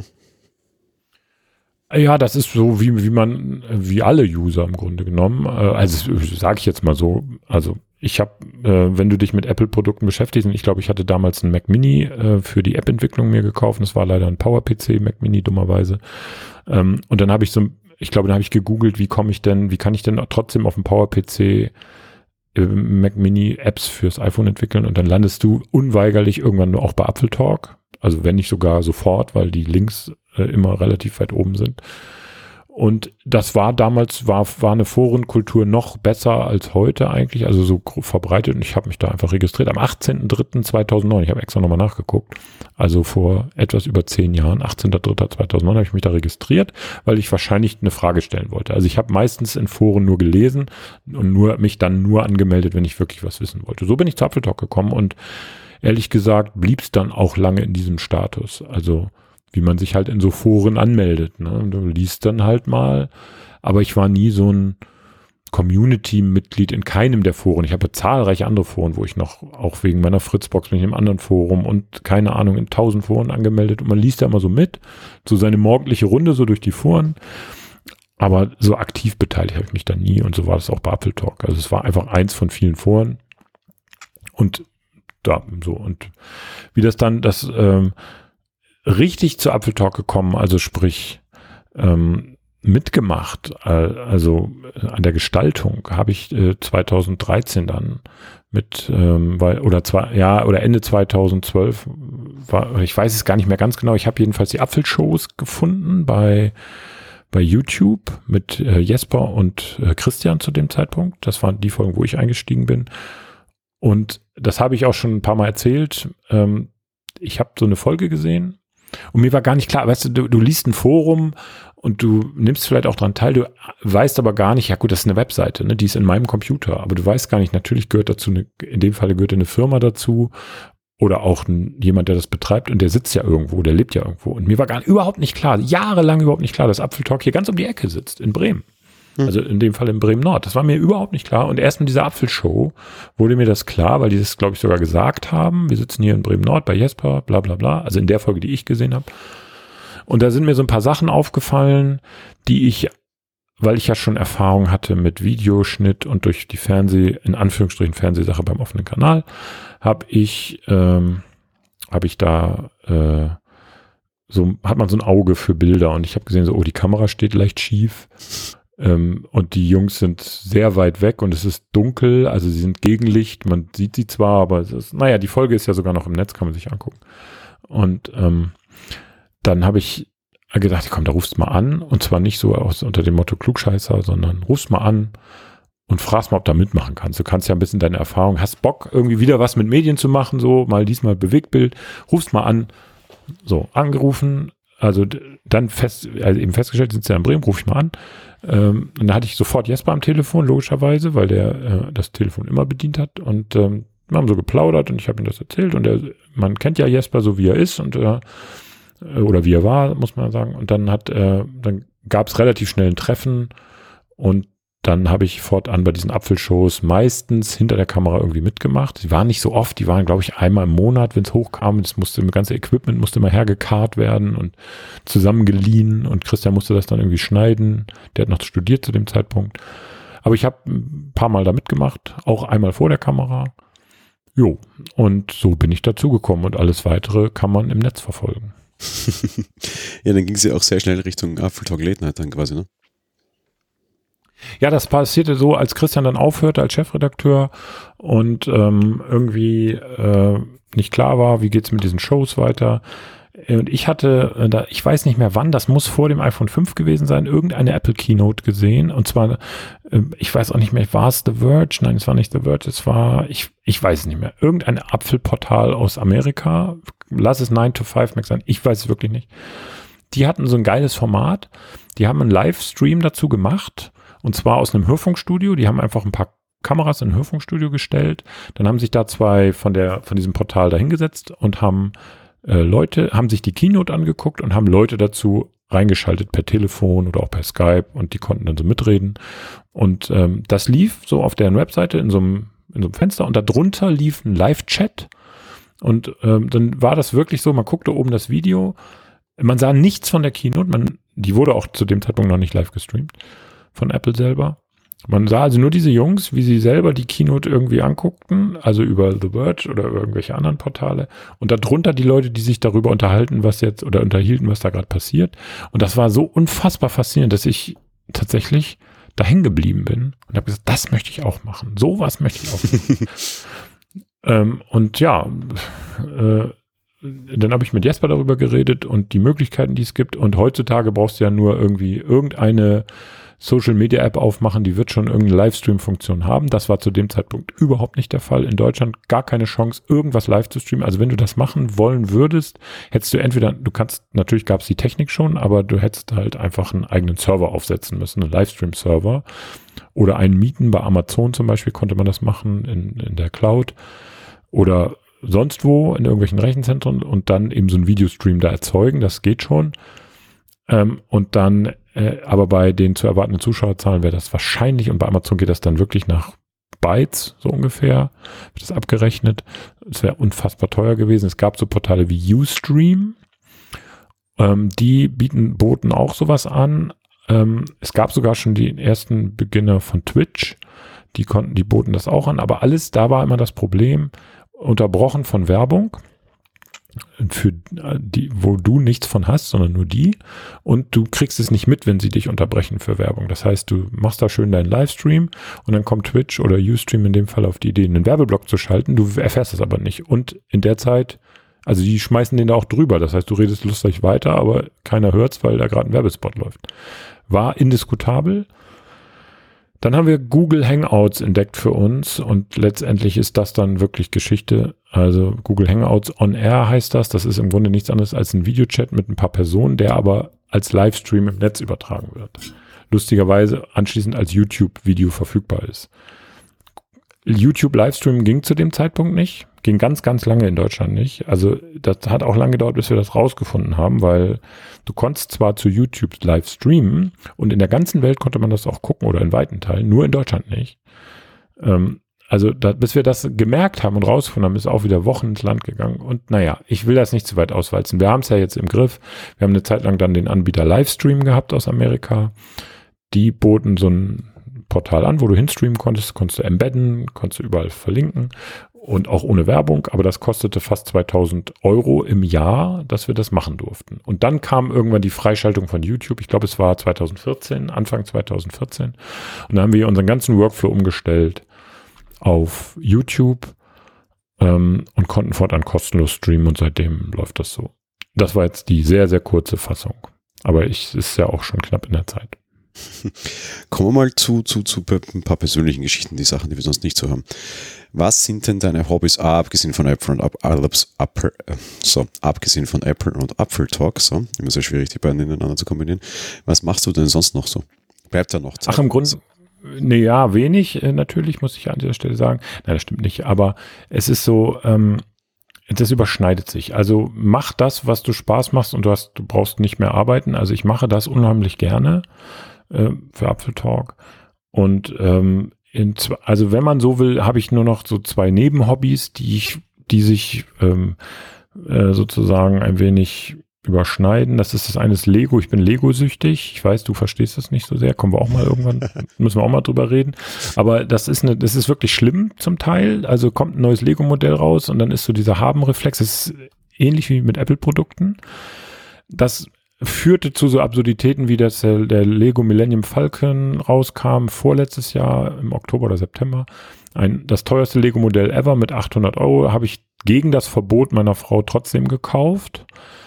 [SPEAKER 2] Ja, das ist so, wie, wie man, wie alle User im Grunde genommen. Also sage ich jetzt mal so, also ich habe, äh, wenn du dich mit Apple-Produkten beschäftigst, und ich glaube, ich hatte damals einen Mac Mini äh, für die App-Entwicklung mir gekauft. Das war leider ein Power-P C, Mac Mini dummerweise. Ähm, und dann habe ich so, ich glaube, dann habe ich gegoogelt, wie komme ich denn, wie kann ich denn trotzdem auf dem Power-P C äh, Mac Mini Apps fürs iPhone entwickeln? Und dann landest du unweigerlich irgendwann nur auch bei Apfeltalk. Also wenn nicht sogar sofort, weil die Links äh, immer relativ weit oben sind. Und das war damals, war, war eine Forenkultur noch besser als heute eigentlich, also so verbreitet. Und ich habe mich da einfach registriert am achtzehnten dritten zweitausendneun. Ich habe extra nochmal nachgeguckt. Also vor etwas über zehn Jahren, achtzehnten dritten zweitausendneun habe ich mich da registriert, weil ich wahrscheinlich eine Frage stellen wollte. Also ich habe meistens in Foren nur gelesen und nur mich dann nur angemeldet, wenn ich wirklich was wissen wollte. So bin ich zu Apfeltalk gekommen und ehrlich gesagt blieb es dann auch lange in diesem Status. Also wie man sich halt in so Foren anmeldet. Ne? Du liest dann halt mal, aber ich war nie so ein Community-Mitglied in keinem der Foren. Ich habe zahlreiche andere Foren, wo ich noch, auch wegen meiner Fritzbox bin ich im anderen Forum und keine Ahnung, in tausend Foren angemeldet und man liest da immer so mit, so seine morgendliche Runde so durch die Foren. Aber so aktiv beteiligt habe ich mich da nie und so war das auch bei Apfeltalk. Also es war einfach eins von vielen Foren und da so und wie das dann, das ähm, richtig zu Apfeltalk gekommen, also sprich ähm, mitgemacht, äh, also äh, an der Gestaltung habe ich äh, zweitausenddreizehn dann mit, ähm, weil, oder zwei, ja, oder Ende zweitausendzwölf, war, ich weiß es gar nicht mehr ganz genau, ich habe jedenfalls die Apfelshows gefunden bei bei YouTube mit äh, Jesper und äh, Christian zu dem Zeitpunkt. Das waren die Folgen, wo ich eingestiegen bin. Und das habe ich auch schon ein paar Mal erzählt. Ähm, ich habe so eine Folge gesehen und mir war gar nicht klar, weißt du, du, du liest ein Forum und du nimmst vielleicht auch dran teil, du weißt aber gar nicht, ja gut, das ist eine Webseite, ne, die ist in meinem Computer, aber du weißt gar nicht, natürlich gehört dazu, eine, in dem Fall gehört eine Firma dazu oder auch ein, jemand, der das betreibt und der sitzt ja irgendwo, der lebt ja irgendwo. Und mir war gar überhaupt nicht klar, jahrelang überhaupt nicht klar, dass Apfeltalk hier ganz um die Ecke sitzt, in Bremen. Also in dem Fall in Bremen-Nord. Das war mir überhaupt nicht klar. Und erst mit dieser Apfelshow wurde mir das klar, weil die das, glaube ich, sogar gesagt haben. Wir sitzen hier in Bremen-Nord bei Jesper, bla bla bla. Also in der Folge, die ich gesehen habe. Und da sind mir so ein paar Sachen aufgefallen, die ich, weil ich ja schon Erfahrung hatte mit Videoschnitt und durch die Fernseh, in Anführungsstrichen Fernsehsache beim offenen Kanal, habe ich, ähm, habe ich da, äh, so, hat man so ein Auge für Bilder. Und ich habe gesehen, so, oh, die Kamera steht leicht schief. Ähm, und die Jungs sind sehr weit weg und es ist dunkel, also sie sind Gegenlicht, man sieht sie zwar, aber es ist, naja, die Folge ist ja sogar noch im Netz, kann man sich angucken. Und ähm, dann habe ich gedacht, komm, da rufst du mal an und zwar nicht so aus, unter dem Motto Klugscheißer, sondern rufst mal an und fragst mal, ob du da mitmachen kannst. Du kannst ja ein bisschen deine Erfahrung, hast Bock, irgendwie wieder was mit Medien zu machen, so mal diesmal Bewegtbild, rufst mal an, so, angerufen, also dann fest, also eben festgestellt, sind sie ja in Bremen, ruf ich mal an. Ähm, und da hatte ich sofort Jesper am Telefon, logischerweise, weil der äh, das Telefon immer bedient hat. Und ähm, wir haben so geplaudert und ich habe ihm das erzählt. Und der, man kennt ja Jesper so, wie er ist und äh, oder wie er war, muss man sagen. Und dann hat, äh, dann gab es relativ schnell ein Treffen und dann habe ich fortan bei diesen Apfelshows meistens hinter der Kamera irgendwie mitgemacht. Die waren nicht so oft, die waren, glaube ich, einmal im Monat, wenn es hochkam. Das musste, das ganze Equipment musste immer hergekarrt werden und zusammengeliehen und Christian musste das dann irgendwie schneiden. Der hat noch studiert zu dem Zeitpunkt. Aber ich habe ein paar Mal da mitgemacht, auch einmal vor der Kamera. Jo, und so bin ich dazu gekommen und alles Weitere kann man im Netz verfolgen.
[SPEAKER 1] Ja, dann ging es ja auch sehr schnell Richtung Apfeltalk Late Night dann quasi, ne?
[SPEAKER 2] Ja, das passierte so, als Christian dann aufhörte als Chefredakteur und ähm, irgendwie äh, nicht klar war, wie geht's mit diesen Shows weiter. Und ich hatte, äh, da, ich weiß nicht mehr wann, das muss vor dem iPhone fünf gewesen sein, irgendeine Apple Keynote gesehen. Und zwar, äh, ich weiß auch nicht mehr, war es The Verge? Nein, es war nicht The Verge, es war, ich, ich weiß es nicht mehr, irgendein Apfelportal aus Amerika. Lass es nine to five Mac sein, ich weiß es wirklich nicht. Die hatten so ein geiles Format. Die haben einen Livestream dazu gemacht. Und zwar aus einem Hörfunkstudio. Die haben einfach ein paar Kameras in ein Hörfunkstudio gestellt. Dann haben sich da zwei von der, von diesem Portal dahingesetzt und haben äh, Leute, haben sich die Keynote angeguckt und haben Leute dazu reingeschaltet per Telefon oder auch per Skype und die konnten dann so mitreden. Und ähm, das lief so auf deren Webseite in so einem, in so einem Fenster und darunter lief ein Live-Chat. Und ähm, dann war das wirklich so, man guckte oben das Video, man sah nichts von der Keynote, man, die wurde auch zu dem Zeitpunkt noch nicht live gestreamt von Apple selber. Man sah also nur diese Jungs, wie sie selber die Keynote irgendwie anguckten, also über The Verge oder irgendwelche anderen Portale und darunter die Leute, die sich darüber unterhalten, was jetzt oder unterhielten, was da gerade passiert. Und das war so unfassbar faszinierend, dass ich tatsächlich da hängen geblieben bin und habe gesagt, das möchte ich auch machen. Sowas möchte ich auch machen. ähm, und ja, äh, dann habe ich mit Jesper darüber geredet und die Möglichkeiten, die es gibt. Und heutzutage brauchst du ja nur irgendwie irgendeine Social-Media-App aufmachen, die wird schon irgendeine Livestream-Funktion haben. Das war zu dem Zeitpunkt überhaupt nicht der Fall. In Deutschland gar keine Chance, irgendwas live zu streamen. Also wenn du das machen wollen würdest, hättest du entweder, du kannst, natürlich gab es die Technik schon, aber du hättest halt einfach einen eigenen Server aufsetzen müssen, einen Livestream-Server oder einen mieten. Bei Amazon zum Beispiel konnte man das machen in, in der Cloud oder sonst wo in irgendwelchen Rechenzentren und dann eben so einen Videostream da erzeugen. Das geht schon. Ähm, und dann Äh, aber bei den zu erwartenden Zuschauerzahlen wäre das wahrscheinlich, und bei Amazon geht das dann wirklich nach Bytes, so ungefähr, wird das abgerechnet. Es wäre unfassbar teuer gewesen. Es gab so Portale wie Ustream, ähm, die bieten, boten auch sowas an. Ähm, es gab sogar schon die ersten Beginner von Twitch, die konnten, die boten das auch an, aber alles, da war immer das Problem, unterbrochen von Werbung. Für die, wo du nichts von hast, sondern nur die. Und du kriegst es nicht mit, wenn sie dich unterbrechen für Werbung. Das heißt, du machst da schön deinen Livestream und dann kommt Twitch oder Ustream in dem Fall auf die Idee, einen Werbeblock zu schalten. Du erfährst es aber nicht. Und in der Zeit, also die schmeißen den da auch drüber. Das heißt, du redest lustig weiter, aber keiner hört's, weil da gerade ein Werbespot läuft. War indiskutabel. Dann haben wir Google Hangouts entdeckt für uns und letztendlich ist das dann wirklich Geschichte. Also Google Hangouts on Air heißt das. Das ist im Grunde nichts anderes als ein Videochat mit ein paar Personen, der aber als Livestream im Netz übertragen wird. Lustigerweise anschließend als YouTube-Video verfügbar ist. YouTube-Livestream ging zu dem Zeitpunkt nicht. Ging ganz, ganz lange in Deutschland nicht. Also das hat auch lange gedauert, bis wir das rausgefunden haben, weil du konntest zwar zu YouTube live streamen und in der ganzen Welt konnte man das auch gucken oder in weiten Teilen, nur in Deutschland nicht. Ähm, also da, bis wir das gemerkt haben und rausgefunden haben, ist auch wieder Wochen ins Land gegangen. Und naja, ich will das nicht zu weit auswalzen. Wir haben es ja jetzt im Griff. Wir haben eine Zeit lang dann den Anbieter Livestream gehabt aus Amerika. Die boten so ein Portal an, wo du hinstreamen konntest, konntest du embedden, konntest du überall verlinken und auch ohne Werbung, aber das kostete fast zweitausend Euro im Jahr, dass wir das machen durften. Und dann kam irgendwann die Freischaltung von YouTube, ich glaube es war zweitausendvierzehn, Anfang zweitausendvierzehn und dann haben wir unseren ganzen Workflow umgestellt auf YouTube ähm, und konnten fortan kostenlos streamen und seitdem läuft das so. Das war jetzt die sehr, sehr kurze Fassung, aber ich, es ist ja auch schon knapp in der Zeit.
[SPEAKER 1] Kommen wir mal zu, zu, zu ein paar persönlichen Geschichten, die Sachen, die wir sonst nicht so haben. Was sind denn deine Hobbys, ah, abgesehen von Apple und Apple, so, abgesehen von Apple und Apfeltalk, so, immer sehr schwierig, die beiden ineinander zu kombinieren. Was machst du denn sonst noch so? Bleibt da noch Zeit?
[SPEAKER 2] Ach, im Grunde, nee, ja, wenig, äh, natürlich, muss ich an dieser Stelle sagen. Nein, das stimmt nicht, aber es ist so, ähm, das überschneidet sich. Also mach das, was du Spaß machst und du hast, du brauchst nicht mehr arbeiten. Also ich mache das unheimlich gerne äh, für Apfeltalk. Und ähm, in, also wenn man so will, habe ich nur noch so zwei Nebenhobbys, die ich, die sich ähm, äh, sozusagen ein wenig überschneiden. Das ist das eine, das Lego. Ich bin Lego-süchtig. Ich weiß, du verstehst das nicht so sehr. Kommen wir auch mal irgendwann, müssen wir auch mal drüber reden. Aber das ist eine, das ist wirklich schlimm zum Teil. Also kommt ein neues Lego-Modell raus und dann ist so dieser Haben-Reflex. Das ist ähnlich wie mit Apple-Produkten. Das führte zu so Absurditäten, wie dass der, der Lego Millennium Falcon rauskam, vorletztes Jahr im Oktober oder September. Ein, das teuerste Lego-Modell ever mit achthundert Euro habe ich gegen das Verbot meiner Frau trotzdem gekauft.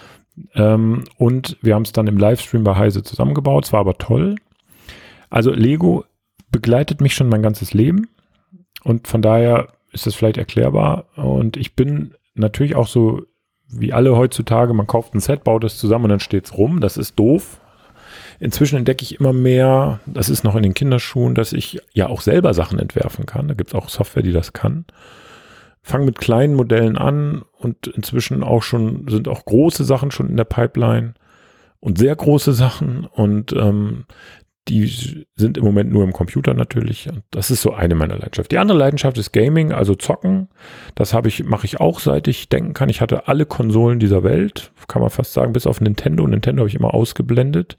[SPEAKER 2] Ähm, und wir haben es dann im Livestream bei Heise zusammengebaut. Es war aber toll. Also Lego begleitet mich schon mein ganzes Leben und von daher ist das vielleicht erklärbar. Und ich bin natürlich auch so wie alle heutzutage, man kauft ein Set, baut es zusammen und dann steht es rum. Das ist doof. Inzwischen entdecke ich immer mehr, das ist noch in den Kinderschuhen, dass ich ja auch selber Sachen entwerfen kann. Da gibt es auch Software, die das kann. Fange mit kleinen Modellen an und inzwischen auch schon, sind auch große Sachen schon in der Pipeline und sehr große Sachen und ähm, die sind im Moment nur im Computer natürlich. Und das ist so eine meiner Leidenschaften. Die andere Leidenschaft ist Gaming, also Zocken. Das habe ich, mache ich auch, seit ich denken kann. Ich hatte alle Konsolen dieser Welt, kann man fast sagen, bis auf Nintendo. Nintendo habe ich immer ausgeblendet.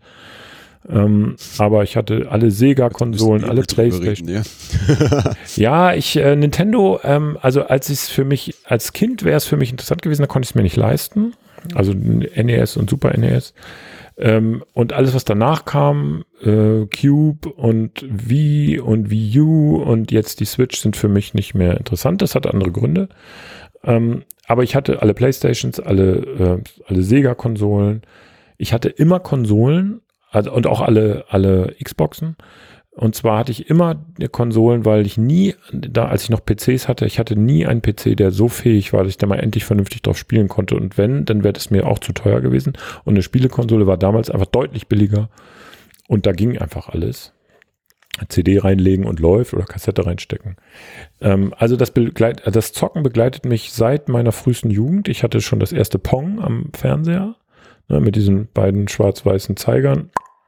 [SPEAKER 2] Ähm, aber ich hatte alle Sega-Konsolen, alle Playstation. Reden, ja. ja, ich, äh, Nintendo, ähm, also als ich es für mich, als Kind wäre es für mich interessant gewesen, da konnte ich es mir nicht leisten. Also N E S und Super N E S. Ähm, und alles, was danach kam, äh, Cube und Wii und Wii U und jetzt die Switch sind für mich nicht mehr interessant. Das hat andere Gründe. Ähm, aber ich hatte alle Playstations, alle, äh, alle Sega-Konsolen. Ich hatte immer Konsolen. Also, und auch alle, alle Xboxen. Und zwar hatte ich immer Konsolen, weil ich nie, da als ich noch P Cs hatte, ich hatte nie einen P C, der so fähig war, dass ich da mal endlich vernünftig drauf spielen konnte. Und wenn, dann wäre das mir auch zu teuer gewesen. Und eine Spielekonsole war damals einfach deutlich billiger. Und da ging einfach alles. C D reinlegen und läuft oder Kassette reinstecken. Ähm, also das, begleit, das Zocken begleitet mich seit meiner frühesten Jugend. Ich hatte schon das erste Pong am Fernseher, ne, mit diesen beiden schwarz-weißen Zeigern.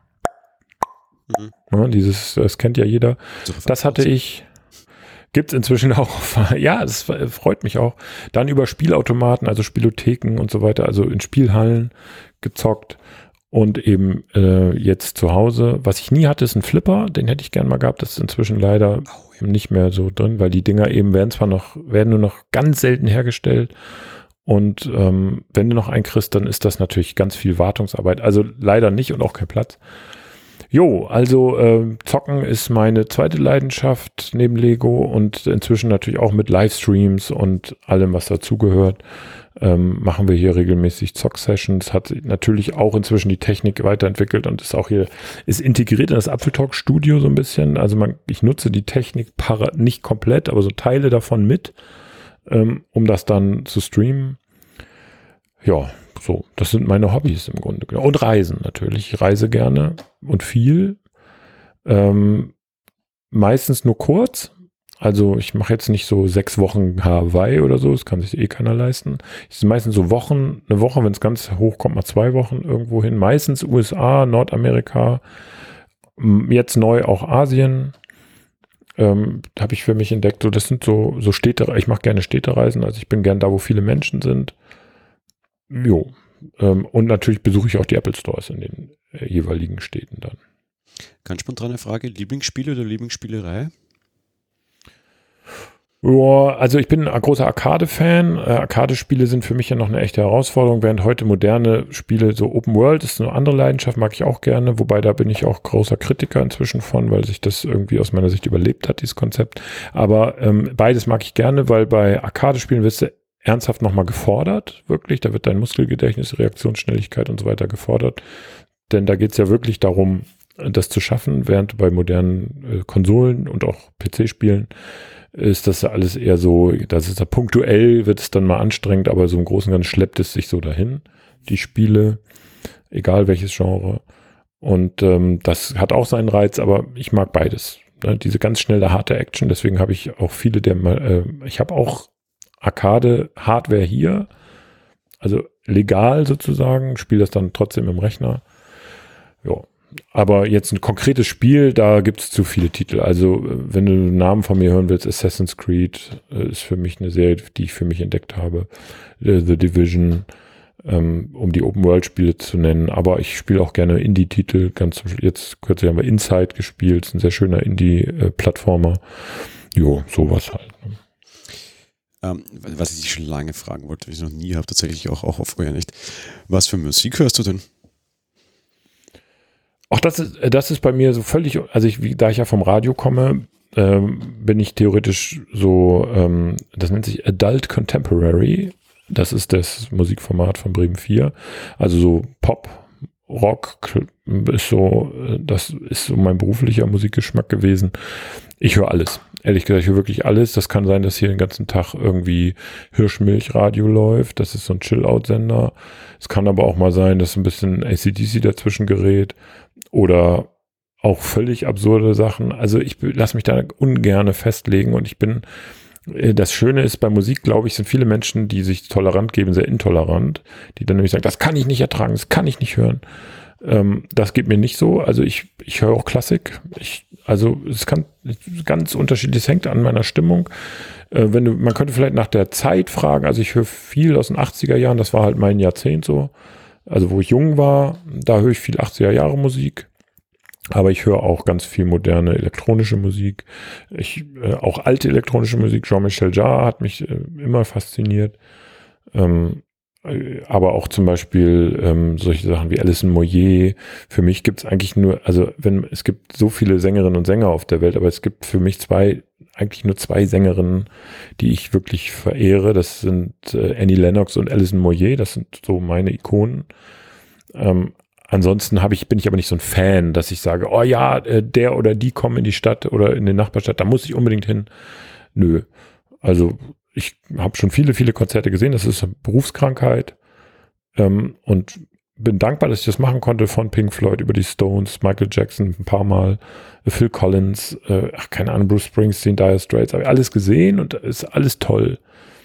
[SPEAKER 2] Mhm. Ja, dieses, das kennt ja jeder. Das hatte ich, gibt's inzwischen auch. Ja, das freut mich auch. Dann über Spielautomaten, also Spielotheken und so weiter, also in Spielhallen gezockt und eben äh, jetzt zu Hause. Was ich nie hatte, ist ein Flipper, den hätte ich gern mal gehabt. Das ist inzwischen leider oh, ja. nicht mehr so drin, weil die Dinger eben werden zwar noch, werden nur noch ganz selten hergestellt. Und ähm, wenn du noch einen kriegst, dann ist das natürlich ganz viel Wartungsarbeit. Also leider nicht und auch kein Platz. Jo, also äh, Zocken ist meine zweite Leidenschaft neben Lego und inzwischen natürlich auch mit Livestreams und allem, was dazugehört. Ähm, machen wir hier regelmäßig Zock-Sessions. Hat natürlich auch inzwischen die Technik weiterentwickelt und ist auch hier, ist integriert in das Apfeltalk-Studio so ein bisschen. Also man, ich nutze die Technik para, nicht komplett, aber so Teile davon mit, ähm, um das dann zu streamen. Ja, so, das sind meine Hobbys im Grunde. Und Reisen natürlich. Ich reise gerne und viel. Ähm, meistens nur kurz. Also ich mache jetzt nicht so sechs Wochen Hawaii oder so. Das kann sich eh keiner leisten. Ich sind meistens so Wochen, eine Woche, wenn es ganz hoch kommt, mal zwei Wochen irgendwo hin. Meistens U S A, Nordamerika. Jetzt neu auch Asien. Ähm, habe ich für mich entdeckt. So, das sind so, so Städte. Ich mache gerne Städtereisen. Also ich bin gern da, wo viele Menschen sind. Jo, ähm, und natürlich besuche ich auch die Apple Stores in den äh, jeweiligen Städten dann.
[SPEAKER 1] Ganz spontane Frage, Lieblingsspiele oder Lieblingsspielerei?
[SPEAKER 2] Ja, also ich bin ein großer Arcade-Fan. Äh, Arcade-Spiele sind für mich ja noch eine echte Herausforderung, während heute moderne Spiele, so Open World ist eine andere Leidenschaft, mag ich auch gerne, wobei da bin ich auch großer Kritiker inzwischen von, weil sich das irgendwie aus meiner Sicht überlebt hat, dieses Konzept. Aber ähm, beides mag ich gerne, weil bei Arcade-Spielen wirst du ernsthaft nochmal gefordert, wirklich. Da wird dein Muskelgedächtnis, Reaktionsschnelligkeit und so weiter gefordert. Denn da geht es ja wirklich darum, das zu schaffen, während bei modernen äh, Konsolen und auch P C-Spielen ist das ja alles eher so, das ist da punktuell, wird es dann mal anstrengend, aber so im Großen und Ganzen schleppt es sich so dahin, die Spiele, egal welches Genre. Und ähm, das hat auch seinen Reiz, aber ich mag beides. Ne? Diese ganz schnelle, harte Action, deswegen habe ich auch viele der, äh, ich habe auch Arcade-Hardware hier, also legal sozusagen, spiele das dann trotzdem im Rechner. Ja, aber jetzt ein konkretes Spiel, da gibt es zu viele Titel. Also wenn du einen Namen von mir hören willst, Assassin's Creed äh, ist für mich eine Serie, die ich für mich entdeckt habe. The, The Division, ähm, um die Open-World-Spiele zu nennen. Aber ich spiele auch gerne Indie-Titel. Ganz zum Schluss- Jetzt kürzlich haben wir Inside gespielt, ist ein sehr schöner Indie-Plattformer. Jo, sowas halt. Ne?
[SPEAKER 1] Ähm, was ich dich schon lange fragen wollte, was ich noch nie habe, tatsächlich auch, auch auf nicht. Was für Musik hörst du denn?
[SPEAKER 2] Auch das ist, das ist bei mir so völlig, also ich, wie, da ich ja vom Radio komme, ähm, bin ich theoretisch so, ähm, das nennt sich Adult Contemporary. Das ist das Musikformat von Bremen vier. Also so Pop, Rock ist so, das ist so mein beruflicher Musikgeschmack gewesen. Ich höre alles. Ehrlich gesagt, ich höre wirklich alles. Das kann sein, dass hier den ganzen Tag irgendwie Hirschmilchradio läuft. Das ist so ein Chill-Out-Sender. Es kann aber auch mal sein, dass ein bisschen A C D C dazwischen gerät oder auch völlig absurde Sachen. Also ich lasse mich da ungerne festlegen und ich bin, das Schöne ist bei Musik, glaube ich, sind viele Menschen, die sich tolerant geben, sehr intolerant, die dann nämlich sagen, das kann ich nicht ertragen, das kann ich nicht hören. Ähm, das geht mir nicht so. Also ich, ich höre auch Klassik. Ich, also es kann ganz unterschiedlich, es hängt an meiner Stimmung. Äh, wenn du, man könnte vielleicht nach der Zeit fragen, also ich höre viel aus den achtziger Jahren, das war halt mein Jahrzehnt so. Also wo ich jung war, da höre ich viel achtziger Jahre Musik. Aber ich höre auch ganz viel moderne elektronische Musik. Ich, äh, auch alte elektronische Musik. Jean-Michel Jarre hat mich äh, immer fasziniert. Ähm, äh, aber auch zum Beispiel ähm, solche Sachen wie Alison Moyet. Für mich gibt es eigentlich nur, also wenn es gibt so viele Sängerinnen und Sänger auf der Welt, aber es gibt für mich zwei, eigentlich nur zwei Sängerinnen, die ich wirklich verehre. Das sind äh, Annie Lennox und Alison Moyet. Das sind so meine Ikonen. Ähm, Ansonsten habe ich, bin ich aber nicht so ein Fan, dass ich sage, oh ja, der oder die kommen in die Stadt oder in die Nachbarstadt, da muss ich unbedingt hin. Nö. Also ich habe schon viele, viele Konzerte gesehen. Das ist eine Berufskrankheit. Ähm, und bin dankbar, dass ich das machen konnte, von Pink Floyd über die Stones, Michael Jackson ein paar Mal, Phil Collins, äh, ach, keine Ahnung, Bruce Springsteen, Dire Straits, habe ich alles gesehen und ist alles toll.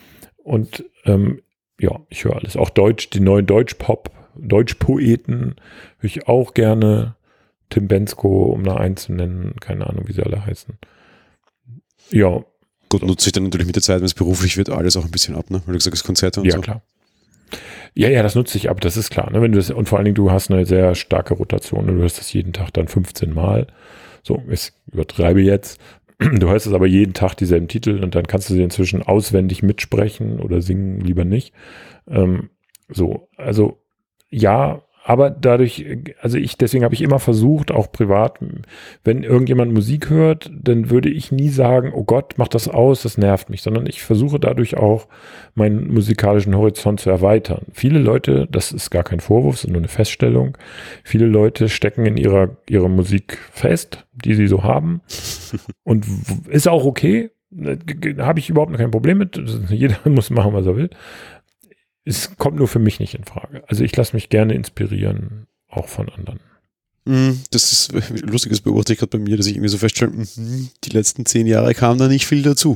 [SPEAKER 2] Und ähm, ja, ich höre alles. Auch Deutsch, die neuen Deutsch-Pop, Deutschpoeten höre ich auch gerne. Tim Bendzko, um da einen zu nennen. Keine Ahnung, wie sie alle heißen. Ja.
[SPEAKER 1] Gut, nutze ich dann natürlich mit der Zeit, wenn es beruflich wird, alles auch ein bisschen ab, ne? Weil du gesagt hast, Konzerte und
[SPEAKER 2] ja,
[SPEAKER 1] so.
[SPEAKER 2] Ja, klar. Ja, ja, das nutze ich ab, das ist klar. Ne? Wenn du das, und vor allen Dingen, du hast eine sehr starke Rotation. Ne? Du hörst das jeden Tag dann fünfzehn Mal. So, ich übertreibe jetzt. Du hörst es aber jeden Tag dieselben Titel und dann kannst du sie inzwischen auswendig mitsprechen oder singen, lieber nicht. Ähm, so, also ja, aber dadurch, also ich, deswegen habe ich immer versucht, auch privat, wenn irgendjemand Musik hört, dann würde ich nie sagen, oh Gott, mach das aus, das nervt mich, sondern ich versuche dadurch auch meinen musikalischen Horizont zu erweitern. Viele Leute, das ist gar kein Vorwurf, es ist nur eine Feststellung, viele Leute stecken in ihrer, ihrer Musik fest, die sie so haben und ist auch okay, habe ich überhaupt kein Problem mit, jeder muss machen, was er will. Es kommt nur für mich nicht in Frage. Also ich lasse mich gerne inspirieren, auch von anderen.
[SPEAKER 1] Das ist lustiges beobachte ich gerade bei mir, dass ich irgendwie so feststelle, die letzten zehn Jahre kam da nicht viel dazu.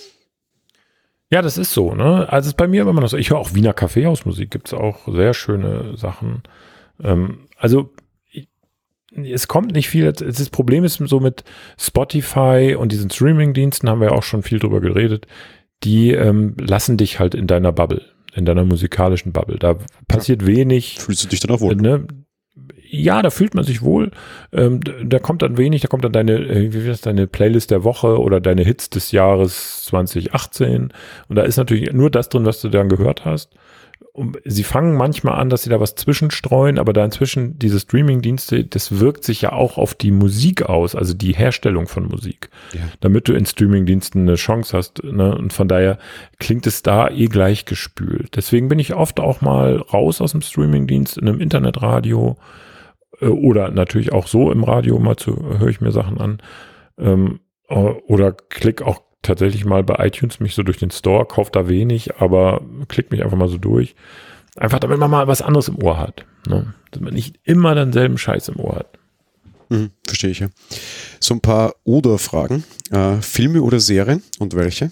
[SPEAKER 2] Ja, das ist so, ne? Also es ist bei mir immer noch so. Ich höre auch Wiener Kaffeehausmusik, gibt es auch sehr schöne Sachen. Ähm, also ich, es kommt nicht viel. Das Problem ist so mit Spotify und diesen Streaming-Diensten, haben wir ja auch schon viel drüber geredet, die ähm, lassen dich halt in deiner Bubble. In deiner musikalischen Bubble. Da passiert ja wenig.
[SPEAKER 1] Fühlst du dich dann auch wohl?
[SPEAKER 2] Äh, ne? Ja, da fühlt man sich wohl. Ähm, da kommt dann wenig, da kommt dann deine, wie ist das, deine Playlist der Woche oder deine Hits des Jahres zwanzig achtzehn. Und da ist natürlich nur das drin, was du dann gehört hast. Und sie fangen manchmal an, dass sie da was zwischenstreuen, aber da inzwischen diese Streaming-Dienste, das wirkt sich ja auch auf die Musik aus, also die Herstellung von Musik, ja. Damit du in Streaming-Diensten eine Chance hast. Ne? Und von daher klingt es da eh gleichgespült. Deswegen bin ich oft auch mal raus aus dem Streaming-Dienst in einem Internetradio äh, oder natürlich auch so im Radio, mal zu höre ich mir Sachen an ähm, oder klick auch tatsächlich mal bei iTunes mich so durch den Store, kauft da wenig, aber klick mich einfach mal so durch. Einfach, damit man mal was anderes im Ohr hat. Ne? Dass man nicht immer denselben Scheiß im Ohr hat.
[SPEAKER 1] Mhm, verstehe ich, ja. So ein paar Oder-Fragen. Äh, Filme oder Serien und welche?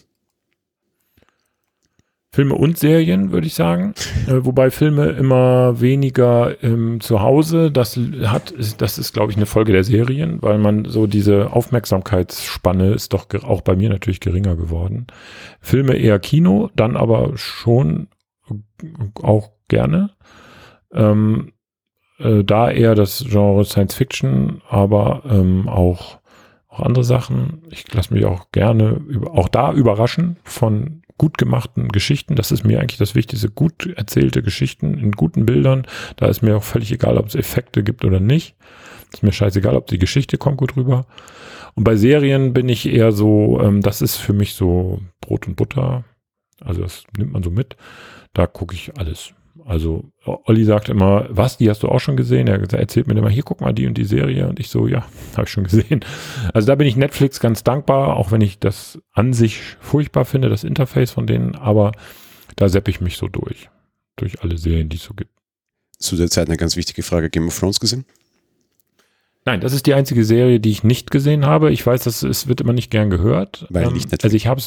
[SPEAKER 2] Filme und Serien, würde ich sagen. Äh, wobei Filme immer weniger ähm, zu Hause, das hat, ist, das ist, glaube ich, eine Folge der Serien, weil man so diese Aufmerksamkeitsspanne ist doch auch bei mir natürlich geringer geworden. Filme eher Kino, dann aber schon auch gerne. Ähm, äh, da eher das Genre Science Fiction, aber ähm, auch, auch andere Sachen. Ich lasse mich auch gerne über, auch da überraschen von gut gemachten Geschichten. Das ist mir eigentlich das Wichtigste. Gut erzählte Geschichten in guten Bildern. Da ist mir auch völlig egal, ob es Effekte gibt oder nicht. Ist mir scheißegal, ob die Geschichte kommt gut rüber. Und bei Serien bin ich eher so, ähm, das ist für mich so Brot und Butter. Also das nimmt man so mit. Da gucke ich alles. Also Olli sagt immer, was, die hast du auch schon gesehen? Er erzählt mir immer, hier, guck mal die und die Serie. Und ich so, ja, habe ich schon gesehen. Also da bin ich Netflix ganz dankbar, auch wenn ich das an sich furchtbar finde, das Interface von denen. Aber da seppe ich mich so durch. Durch alle Serien, die es so gibt.
[SPEAKER 1] Zu der Zeit eine ganz wichtige Frage. Game of Thrones gesehen?
[SPEAKER 2] Nein, das ist die einzige Serie, die ich nicht gesehen habe. Ich weiß, dass es wird immer nicht gern gehört.
[SPEAKER 1] Weil
[SPEAKER 2] ähm,
[SPEAKER 1] nicht Netflix.
[SPEAKER 2] Also ich habe es...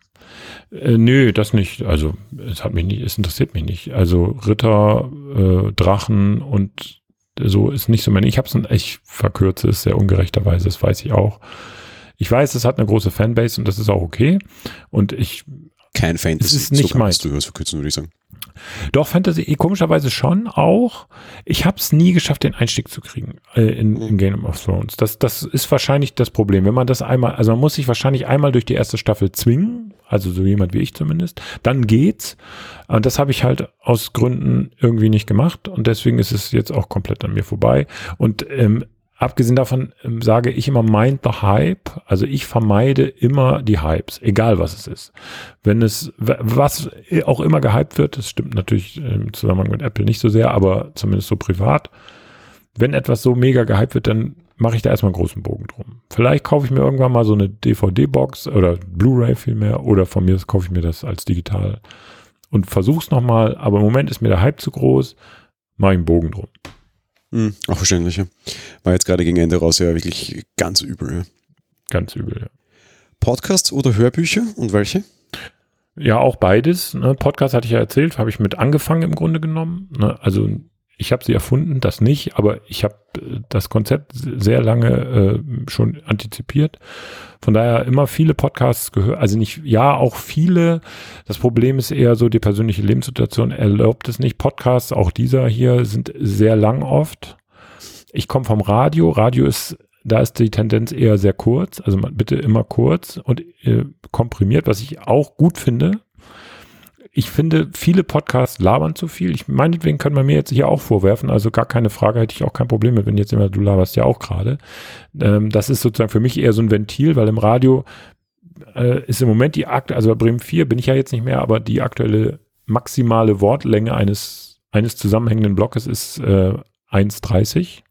[SPEAKER 2] Äh, nö, das nicht. Also es hat mich nicht, es interessiert mich nicht. Also Ritter, äh, Drachen und so ist nicht so mein. Ich habe es, ich verkürze es sehr ungerechterweise, das weiß ich auch. Ich weiß, es hat eine große Fanbase und das ist auch okay. Und ich
[SPEAKER 1] kein Fantasy.
[SPEAKER 2] Es ist nicht
[SPEAKER 1] so
[SPEAKER 2] meins.
[SPEAKER 1] Du das verkürzen, würde ich sagen.
[SPEAKER 2] Doch, Fantasy, komischerweise schon auch. Ich habe es nie geschafft, den Einstieg zu kriegen äh, in, in Game of Thrones. Das, das ist wahrscheinlich das Problem. Wenn man das einmal, also man muss sich wahrscheinlich einmal durch die erste Staffel zwingen, also so jemand wie ich zumindest, dann geht's. Und das habe ich halt aus Gründen irgendwie nicht gemacht und deswegen ist es jetzt auch komplett an mir vorbei. Und ähm, abgesehen davon ähm, sage ich immer, mind the hype. Also ich vermeide immer die Hypes, egal was es ist. Wenn es, was auch immer gehypt wird, das stimmt natürlich im Zusammenhang mit Apple nicht so sehr, aber zumindest so privat. Wenn etwas so mega gehypt wird, dann mache ich da erstmal einen großen Bogen drum. Vielleicht kaufe ich mir irgendwann mal so eine D V D-Box oder Blu-ray vielmehr oder von mir kaufe ich mir das als digital und versuche es nochmal, aber im Moment ist mir der Hype zu groß, mache ich einen Bogen drum.
[SPEAKER 1] Hm, auch verständlich, ja. War jetzt gerade gegen Ende raus ja wirklich ganz übel. Ja.
[SPEAKER 2] Ganz übel, ja.
[SPEAKER 1] Podcasts oder Hörbücher und welche?
[SPEAKER 2] Ja, auch beides. Ne? Podcast hatte ich ja erzählt, habe ich mit angefangen im Grunde genommen. Ne? Also ich habe sie erfunden, das nicht, aber ich habe das Konzept sehr lange äh, schon antizipiert. Von daher immer viele Podcasts gehört, also nicht, ja, auch viele. Das Problem ist eher so, die persönliche Lebenssituation erlaubt es nicht. Podcasts, auch dieser hier, sind sehr lang oft. Ich komme vom Radio. Radio ist, da ist die Tendenz eher sehr kurz. Also bitte immer kurz und äh, komprimiert, was ich auch gut finde. Ich finde, viele Podcasts labern zu viel. Ich meinetwegen kann man mir jetzt hier auch vorwerfen, also gar keine Frage, hätte ich auch kein Problem mit, wenn jetzt immer, du laberst ja auch gerade. Ähm, das ist sozusagen für mich eher so ein Ventil, weil im Radio äh, ist im Moment die aktuelle, also bei Bremen vier bin ich ja jetzt nicht mehr, aber die aktuelle maximale Wortlänge eines, eines zusammenhängenden Blockes ist äh, eins dreißig.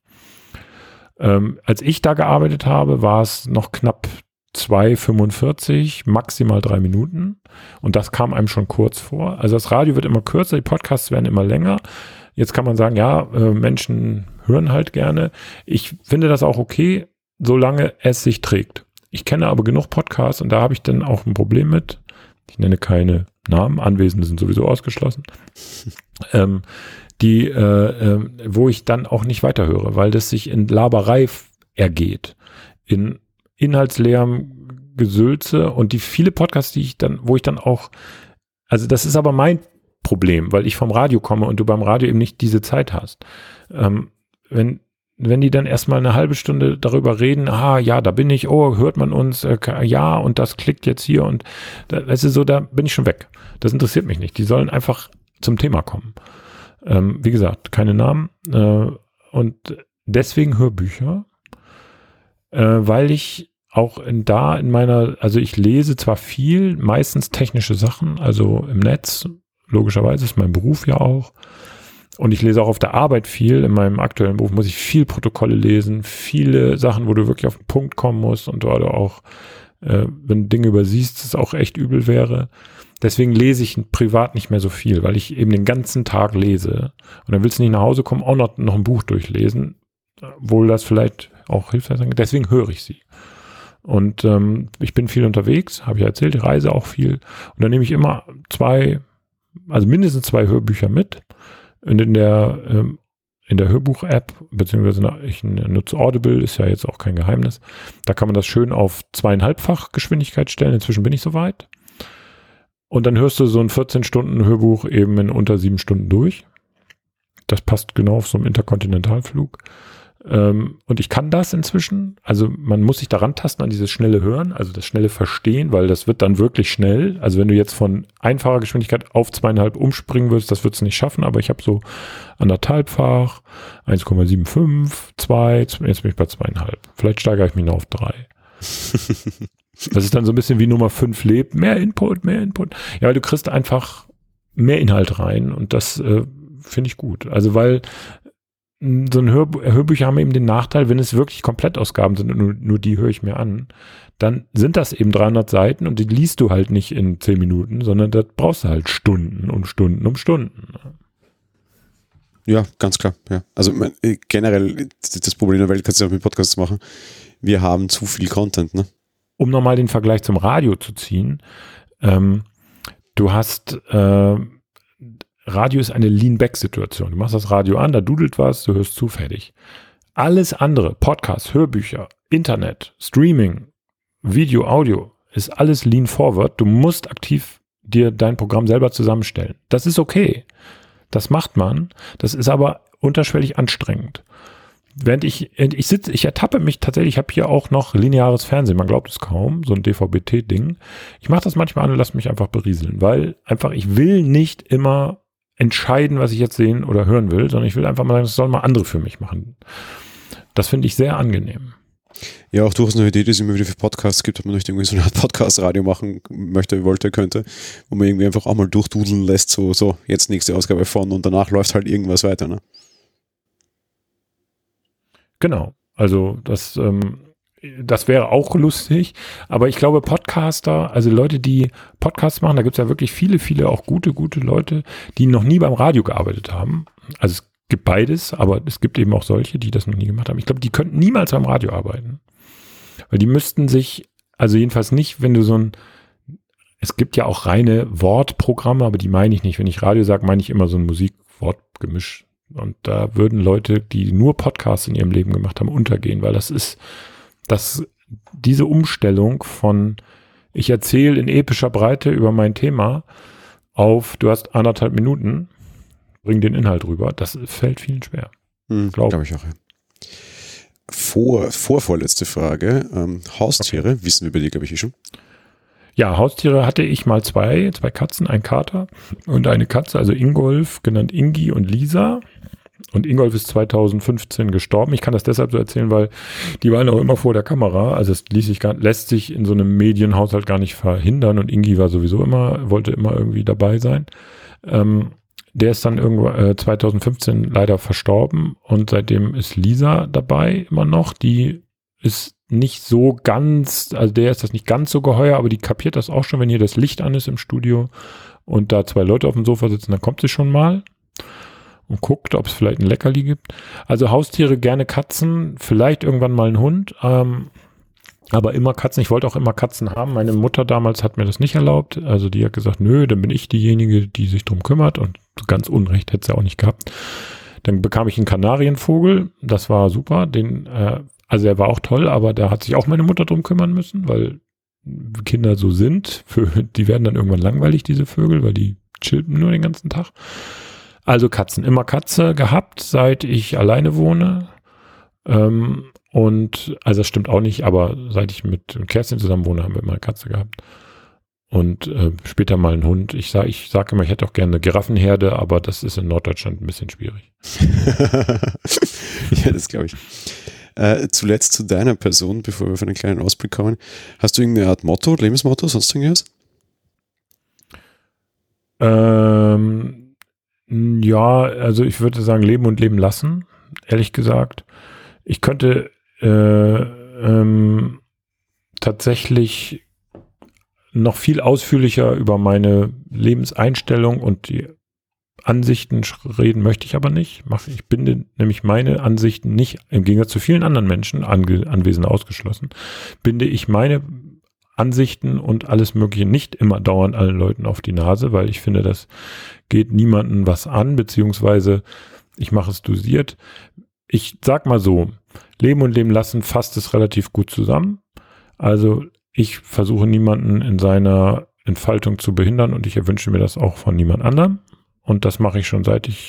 [SPEAKER 2] Ähm, als ich da gearbeitet habe, war es noch knapp zwei fünfundvierzig, maximal drei Minuten. Und das kam einem schon kurz vor. Also das Radio wird immer kürzer, die Podcasts werden immer länger. Jetzt kann man sagen, ja, äh, Menschen hören halt gerne. Ich finde das auch okay, solange es sich trägt. Ich kenne aber genug Podcasts und da habe ich dann auch ein Problem mit. Ich nenne keine Namen, Anwesende sind sowieso ausgeschlossen. ähm, die, äh, äh, wo ich dann auch nicht weiterhöre, weil das sich in Laberei ergeht. In inhaltsleerem Gesülze und die viele Podcasts, die ich dann, wo ich dann auch, also das ist aber mein Problem, weil ich vom Radio komme und du beim Radio eben nicht diese Zeit hast. Ähm, wenn, wenn die dann erstmal eine halbe Stunde darüber reden, ah, ja, da bin ich, oh, hört man uns, äh, ja, und das klickt jetzt hier und da, weißt du, so, da bin ich schon weg. Das interessiert mich nicht. Die sollen einfach zum Thema kommen. Ähm, wie gesagt, keine Namen äh, und deswegen Hörbücher, äh, weil ich auch in da in meiner, also ich lese zwar viel, meistens technische Sachen, also im Netz, logischerweise ist mein Beruf ja auch. Und ich lese auch auf der Arbeit viel. In meinem aktuellen Beruf muss ich viel Protokolle lesen, viele Sachen, wo du wirklich auf den Punkt kommen musst und dort auch, äh, wenn du Dinge übersiehst, es auch echt übel wäre. Deswegen lese ich privat nicht mehr so viel, weil ich eben den ganzen Tag lese. Und dann willst du nicht nach Hause kommen, auch noch, noch ein Buch durchlesen, obwohl das vielleicht auch hilfreich sein kann. Deswegen höre ich sie. Und ähm, ich bin viel unterwegs, habe ich erzählt, ich reise auch viel. Und dann nehme ich immer zwei, also mindestens zwei Hörbücher mit. Und in der, ähm, in der Hörbuch-App, beziehungsweise ich nutze Audible, ist ja jetzt auch kein Geheimnis. Da kann man das schön auf zweieinhalbfach Geschwindigkeit stellen. Inzwischen bin ich soweit. Und dann hörst du so ein vierzehn Stunden Hörbuch eben in unter sieben Stunden durch. Das passt genau auf so einem Interkontinentalflug. Ähm, und ich kann das inzwischen. Also man muss sich daran tasten an dieses schnelle Hören, also das schnelle Verstehen, weil das wird dann wirklich schnell. Also wenn du jetzt von Einfahrergeschwindigkeit auf zweieinhalb umspringen würdest, das würdest du nicht schaffen. Aber ich habe so anderthalbfach, eins Komma fünfundsiebzig, zwei, jetzt bin ich bei zweieinhalb. Vielleicht steigere ich mich noch auf drei. Das ist dann so ein bisschen wie Nummer fünf lebt. Mehr Input, mehr Input. Ja, weil du kriegst einfach mehr Inhalt rein und das äh, finde ich gut. Also weil so ein Hörbu- Hörbücher haben eben den Nachteil, wenn es wirklich Komplettausgaben sind und nur, nur die höre ich mir an, dann sind das eben dreihundert Seiten und die liest du halt nicht in zehn Minuten, sondern da brauchst du halt Stunden um Stunden um Stunden.
[SPEAKER 1] Ja, ganz klar. Ja. Also mein, generell das Problem der Welt, kannst du auch mit Podcasts machen, wir haben zu viel Content, ne?
[SPEAKER 2] Um nochmal den Vergleich zum Radio zu ziehen, ähm, du hast äh, Radio ist eine Lean-Back-Situation. Du machst das Radio an, da dudelt was, du hörst zu, fertig. Alles andere, Podcasts, Hörbücher, Internet, Streaming, Video, Audio, ist alles Lean-Forward. Du musst aktiv dir dein Programm selber zusammenstellen. Das ist okay. Das macht man. Das ist aber unterschwellig anstrengend. Während ich, ich sitze, ich ertappe mich tatsächlich, ich habe hier auch noch lineares Fernsehen, man glaubt es kaum, so ein D V B T-Ding. Ich mache das manchmal an und lasse mich einfach berieseln, weil einfach, ich will nicht immer entscheiden, was ich jetzt sehen oder hören will, sondern ich will einfach mal sagen, das sollen mal andere für mich machen. Das finde ich sehr angenehm.
[SPEAKER 1] Ja, auch durchaus eine Idee, die es immer wieder für Podcasts gibt, ob man nicht irgendwie so eine Art Podcast-Radio machen möchte, wollte, könnte, wo man irgendwie einfach auch mal durchdudeln lässt, so, so, jetzt nächste Ausgabe von und danach läuft halt irgendwas weiter, ne?
[SPEAKER 2] Genau. Also das, ähm, das wäre auch lustig, aber ich glaube Podcaster, also Leute, die Podcasts machen, da gibt es ja wirklich viele, viele auch gute, gute Leute, die noch nie beim Radio gearbeitet haben. Also es gibt beides, aber es gibt eben auch solche, die das noch nie gemacht haben. Ich glaube, die könnten niemals beim Radio arbeiten, weil die müssten sich, also jedenfalls nicht, wenn du so ein, es gibt ja auch reine Wortprogramme, aber die meine ich nicht. Wenn ich Radio sage, meine ich immer so ein Musik-Wort-Gemisch. Und da würden Leute, die nur Podcasts in ihrem Leben gemacht haben, untergehen, weil das ist, dass diese Umstellung von ich erzähle in epischer Breite über mein Thema auf du hast anderthalb Minuten, bring den Inhalt rüber, das fällt vielen schwer.
[SPEAKER 1] Hm, Glaube glaub ich auch, ja. Vor, vorvorletzte Frage. Ähm, Haustiere, okay. Wissen wir bei dir, glaube ich, schon.
[SPEAKER 2] Ja, Haustiere hatte ich mal zwei, zwei Katzen, ein Kater und eine Katze, also Ingolf, genannt Ingi und Lisa. Und Ingolf ist zweitausendfünfzehn gestorben. Ich kann das deshalb so erzählen, weil die waren auch immer vor der Kamera. Also es ließ sich gar, lässt sich in so einem Medienhaushalt gar nicht verhindern. Und Ingi war sowieso immer, wollte immer irgendwie dabei sein. Ähm, der ist dann irgendwo äh, zweitausendfünfzehn leider verstorben. Und seitdem ist Lisa dabei immer noch. Die ist nicht so ganz, also der ist das nicht ganz so geheuer, aber die kapiert das auch schon, wenn hier das Licht an ist im Studio und da zwei Leute auf dem Sofa sitzen, dann kommt sie schon mal und guckt, ob es vielleicht ein Leckerli gibt. Also Haustiere, gerne Katzen, vielleicht irgendwann mal ein Hund, ähm, aber immer Katzen. Ich wollte auch immer Katzen haben. Meine Mutter damals hat mir das nicht erlaubt. Also die hat gesagt, nö, dann bin ich diejenige, die sich drum kümmert und ganz Unrecht hätte sie auch nicht gehabt. Dann bekam ich einen Kanarienvogel, das war super, den, äh, also er war auch toll, aber da hat sich auch meine Mutter drum kümmern müssen, weil Kinder so sind. Für, die werden dann irgendwann langweilig, diese Vögel, weil die chillen nur den ganzen Tag. Also Katzen, immer Katze gehabt, seit ich alleine wohne. Ähm, und, also das stimmt auch nicht, aber seit ich mit Kerstin zusammen wohne, haben wir immer eine Katze gehabt. Und äh, später mal einen Hund. Ich sage ich sag immer, ich hätte auch gerne eine Giraffenherde, aber das ist in Norddeutschland ein bisschen schwierig.
[SPEAKER 1] Ja, das glaube ich. Äh, zuletzt zu deiner Person, bevor wir auf einen kleinen Ausblick kommen. Hast du irgendeine Art Motto, Lebensmotto, sonst irgendwas?
[SPEAKER 2] Ähm, ja, also ich würde sagen, leben und leben lassen, ehrlich gesagt. Ich könnte äh, ähm, tatsächlich noch viel ausführlicher über meine Lebenseinstellung und die Ansichten reden, möchte ich aber nicht. Ich binde nämlich meine Ansichten nicht, im Gegensatz zu vielen anderen Menschen, Ange- Anwesende ausgeschlossen, binde ich meine Ansichten und alles Mögliche nicht immer dauernd allen Leuten auf die Nase, weil ich finde, das geht niemandem was an, beziehungsweise ich mache es dosiert. Ich sag mal so, Leben und Leben lassen fasst es relativ gut zusammen. Also ich versuche niemanden in seiner Entfaltung zu behindern und ich erwünsche mir das auch von niemand anderem. Und das mache ich schon seit ich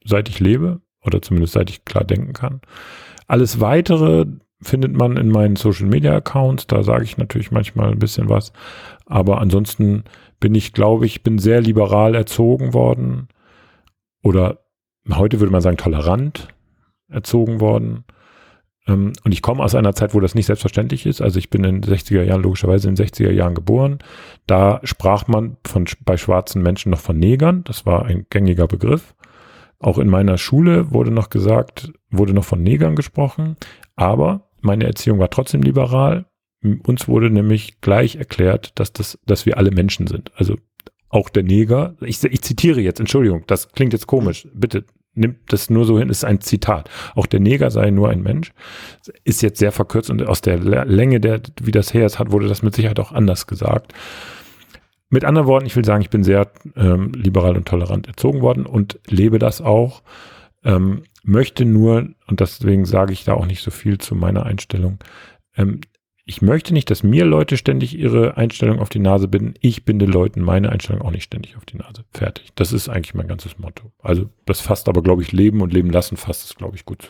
[SPEAKER 2] seit ich lebe oder zumindest seit ich klar denken kann. Alles Weitere findet man in meinen Social-Media-Accounts, da sage ich natürlich manchmal ein bisschen was, aber ansonsten bin ich, glaube ich, bin sehr liberal erzogen worden oder heute würde man sagen tolerant erzogen worden. Und ich komme aus einer Zeit, wo das nicht selbstverständlich ist. Also ich bin in den sechziger Jahren, logischerweise in den sechziger Jahren geboren. Da sprach man von, bei schwarzen Menschen noch von Negern. Das war ein gängiger Begriff. Auch in meiner Schule wurde noch gesagt, wurde noch von Negern gesprochen. Aber meine Erziehung war trotzdem liberal. Uns wurde nämlich gleich erklärt, dass das, dass wir alle Menschen sind. Also auch der Neger. Ich, ich zitiere jetzt, Entschuldigung, das klingt jetzt komisch. Bitte. Nimmt das nur so hin, ist ein Zitat. Auch der Neger sei nur ein Mensch. Ist jetzt sehr verkürzt und aus der Länge, der, wie das her ist, hat, wurde das mit Sicherheit auch anders gesagt. Mit anderen Worten, ich will sagen, ich bin sehr ähm, liberal und tolerant erzogen worden und lebe das auch. Ähm, möchte nur, und deswegen sage ich da auch nicht so viel zu meiner Einstellung, ähm, ich möchte nicht, dass mir Leute ständig ihre Einstellung auf die Nase binden. Ich binde Leuten meine Einstellung auch nicht ständig auf die Nase. Fertig. Das ist eigentlich mein ganzes Motto. Also das fasst aber, glaube ich, Leben und Leben lassen fasst es, glaube ich, gut.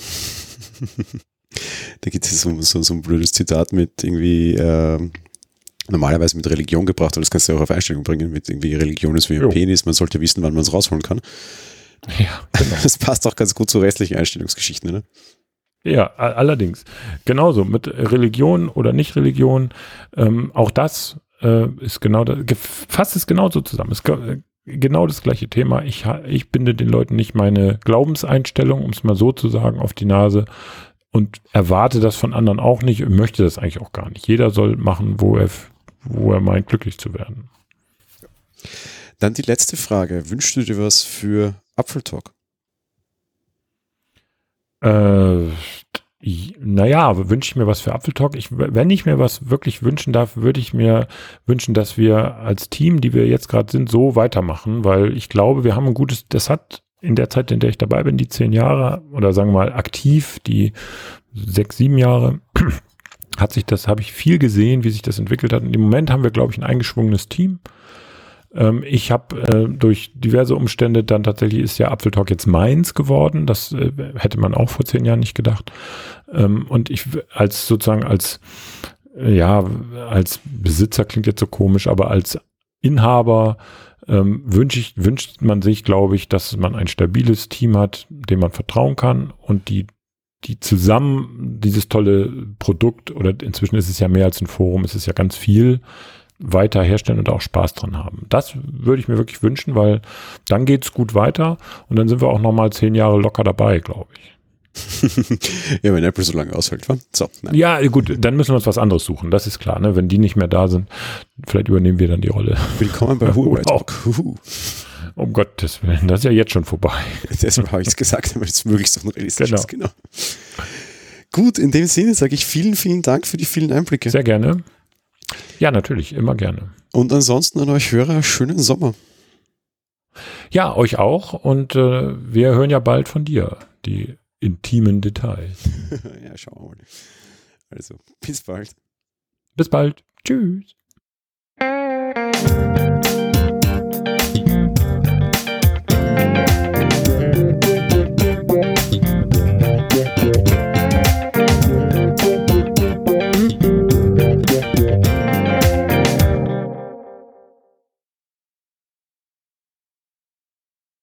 [SPEAKER 1] Da gibt es so, so, so ein blödes Zitat mit irgendwie äh, normalerweise mit Religion gebracht, aber das kannst du auch auf Einstellung bringen, mit irgendwie Religion ist wie ein jo. Penis, man sollte wissen, wann man es rausholen kann.
[SPEAKER 2] Ja, genau.
[SPEAKER 1] Das passt auch ganz gut zu restlichen Einstellungsgeschichten, ne?
[SPEAKER 2] Ja, allerdings. Genauso mit Religion oder Nicht-Religion. Ähm, auch das äh, ist genau das, fasst es genauso zusammen. Es ist genau das gleiche Thema. Ich, ich binde den Leuten nicht meine Glaubenseinstellung, um es mal so zu sagen, auf die Nase und erwarte das von anderen auch nicht und möchte das eigentlich auch gar nicht. Jeder soll machen, wo er, wo er meint, glücklich zu werden.
[SPEAKER 1] Dann die letzte Frage. Wünschst du dir was für Apfeltalk?
[SPEAKER 2] Äh, naja, wünsche ich mir was für Apfeltalk. Ich, wenn ich mir was wirklich wünschen darf, würde ich mir wünschen, dass wir als Team, die wir jetzt gerade sind, so weitermachen, weil ich glaube, wir haben ein gutes, das hat in der Zeit, in der ich dabei bin, die zehn Jahre oder sagen wir mal aktiv, die sechs, sieben Jahre, hat sich das, habe ich viel gesehen, wie sich das entwickelt hat. Und im Moment haben wir, glaube ich, ein eingeschwungenes Team. Ich habe äh, durch diverse Umstände dann tatsächlich ist ja Apfeltalk jetzt meins geworden. Das äh, hätte man auch vor zehn Jahren nicht gedacht. Ähm, und ich als sozusagen als, äh, ja, als Besitzer klingt jetzt so komisch, aber als Inhaber ähm, wünsche ich, wünscht man sich, glaube ich, dass man ein stabiles Team hat, dem man vertrauen kann und die die zusammen dieses tolle Produkt, oder inzwischen ist es ja mehr als ein Forum, es ist ja ganz viel, weiter herstellen und auch Spaß dran haben. Das würde ich mir wirklich wünschen, weil dann geht's gut weiter und dann sind wir auch nochmal zehn Jahre locker dabei, glaube ich.
[SPEAKER 1] Ja, wenn Apple so lange aushält, wa? So,
[SPEAKER 2] nein. Ja, gut, dann müssen wir uns was anderes suchen, das ist klar. Ne? Wenn die nicht mehr da sind, vielleicht übernehmen wir dann die Rolle.
[SPEAKER 1] Willkommen bei Huawei Talk.
[SPEAKER 2] Um Gottes Willen, das ist ja jetzt schon vorbei.
[SPEAKER 1] Deshalb habe ich es gesagt, damit es möglichst noch realistisch
[SPEAKER 2] genau.
[SPEAKER 1] ist. Genau. Gut, in dem Sinne sage ich vielen, vielen Dank für die vielen Einblicke.
[SPEAKER 2] Sehr gerne. Ja, natürlich, immer gerne.
[SPEAKER 1] Und ansonsten an euch Hörer, schönen Sommer.
[SPEAKER 2] Ja, euch auch. Und äh, wir hören ja bald von dir die intimen Details.
[SPEAKER 1] Ja, schauen wir mal. Also, bis bald.
[SPEAKER 2] Bis bald. Tschüss.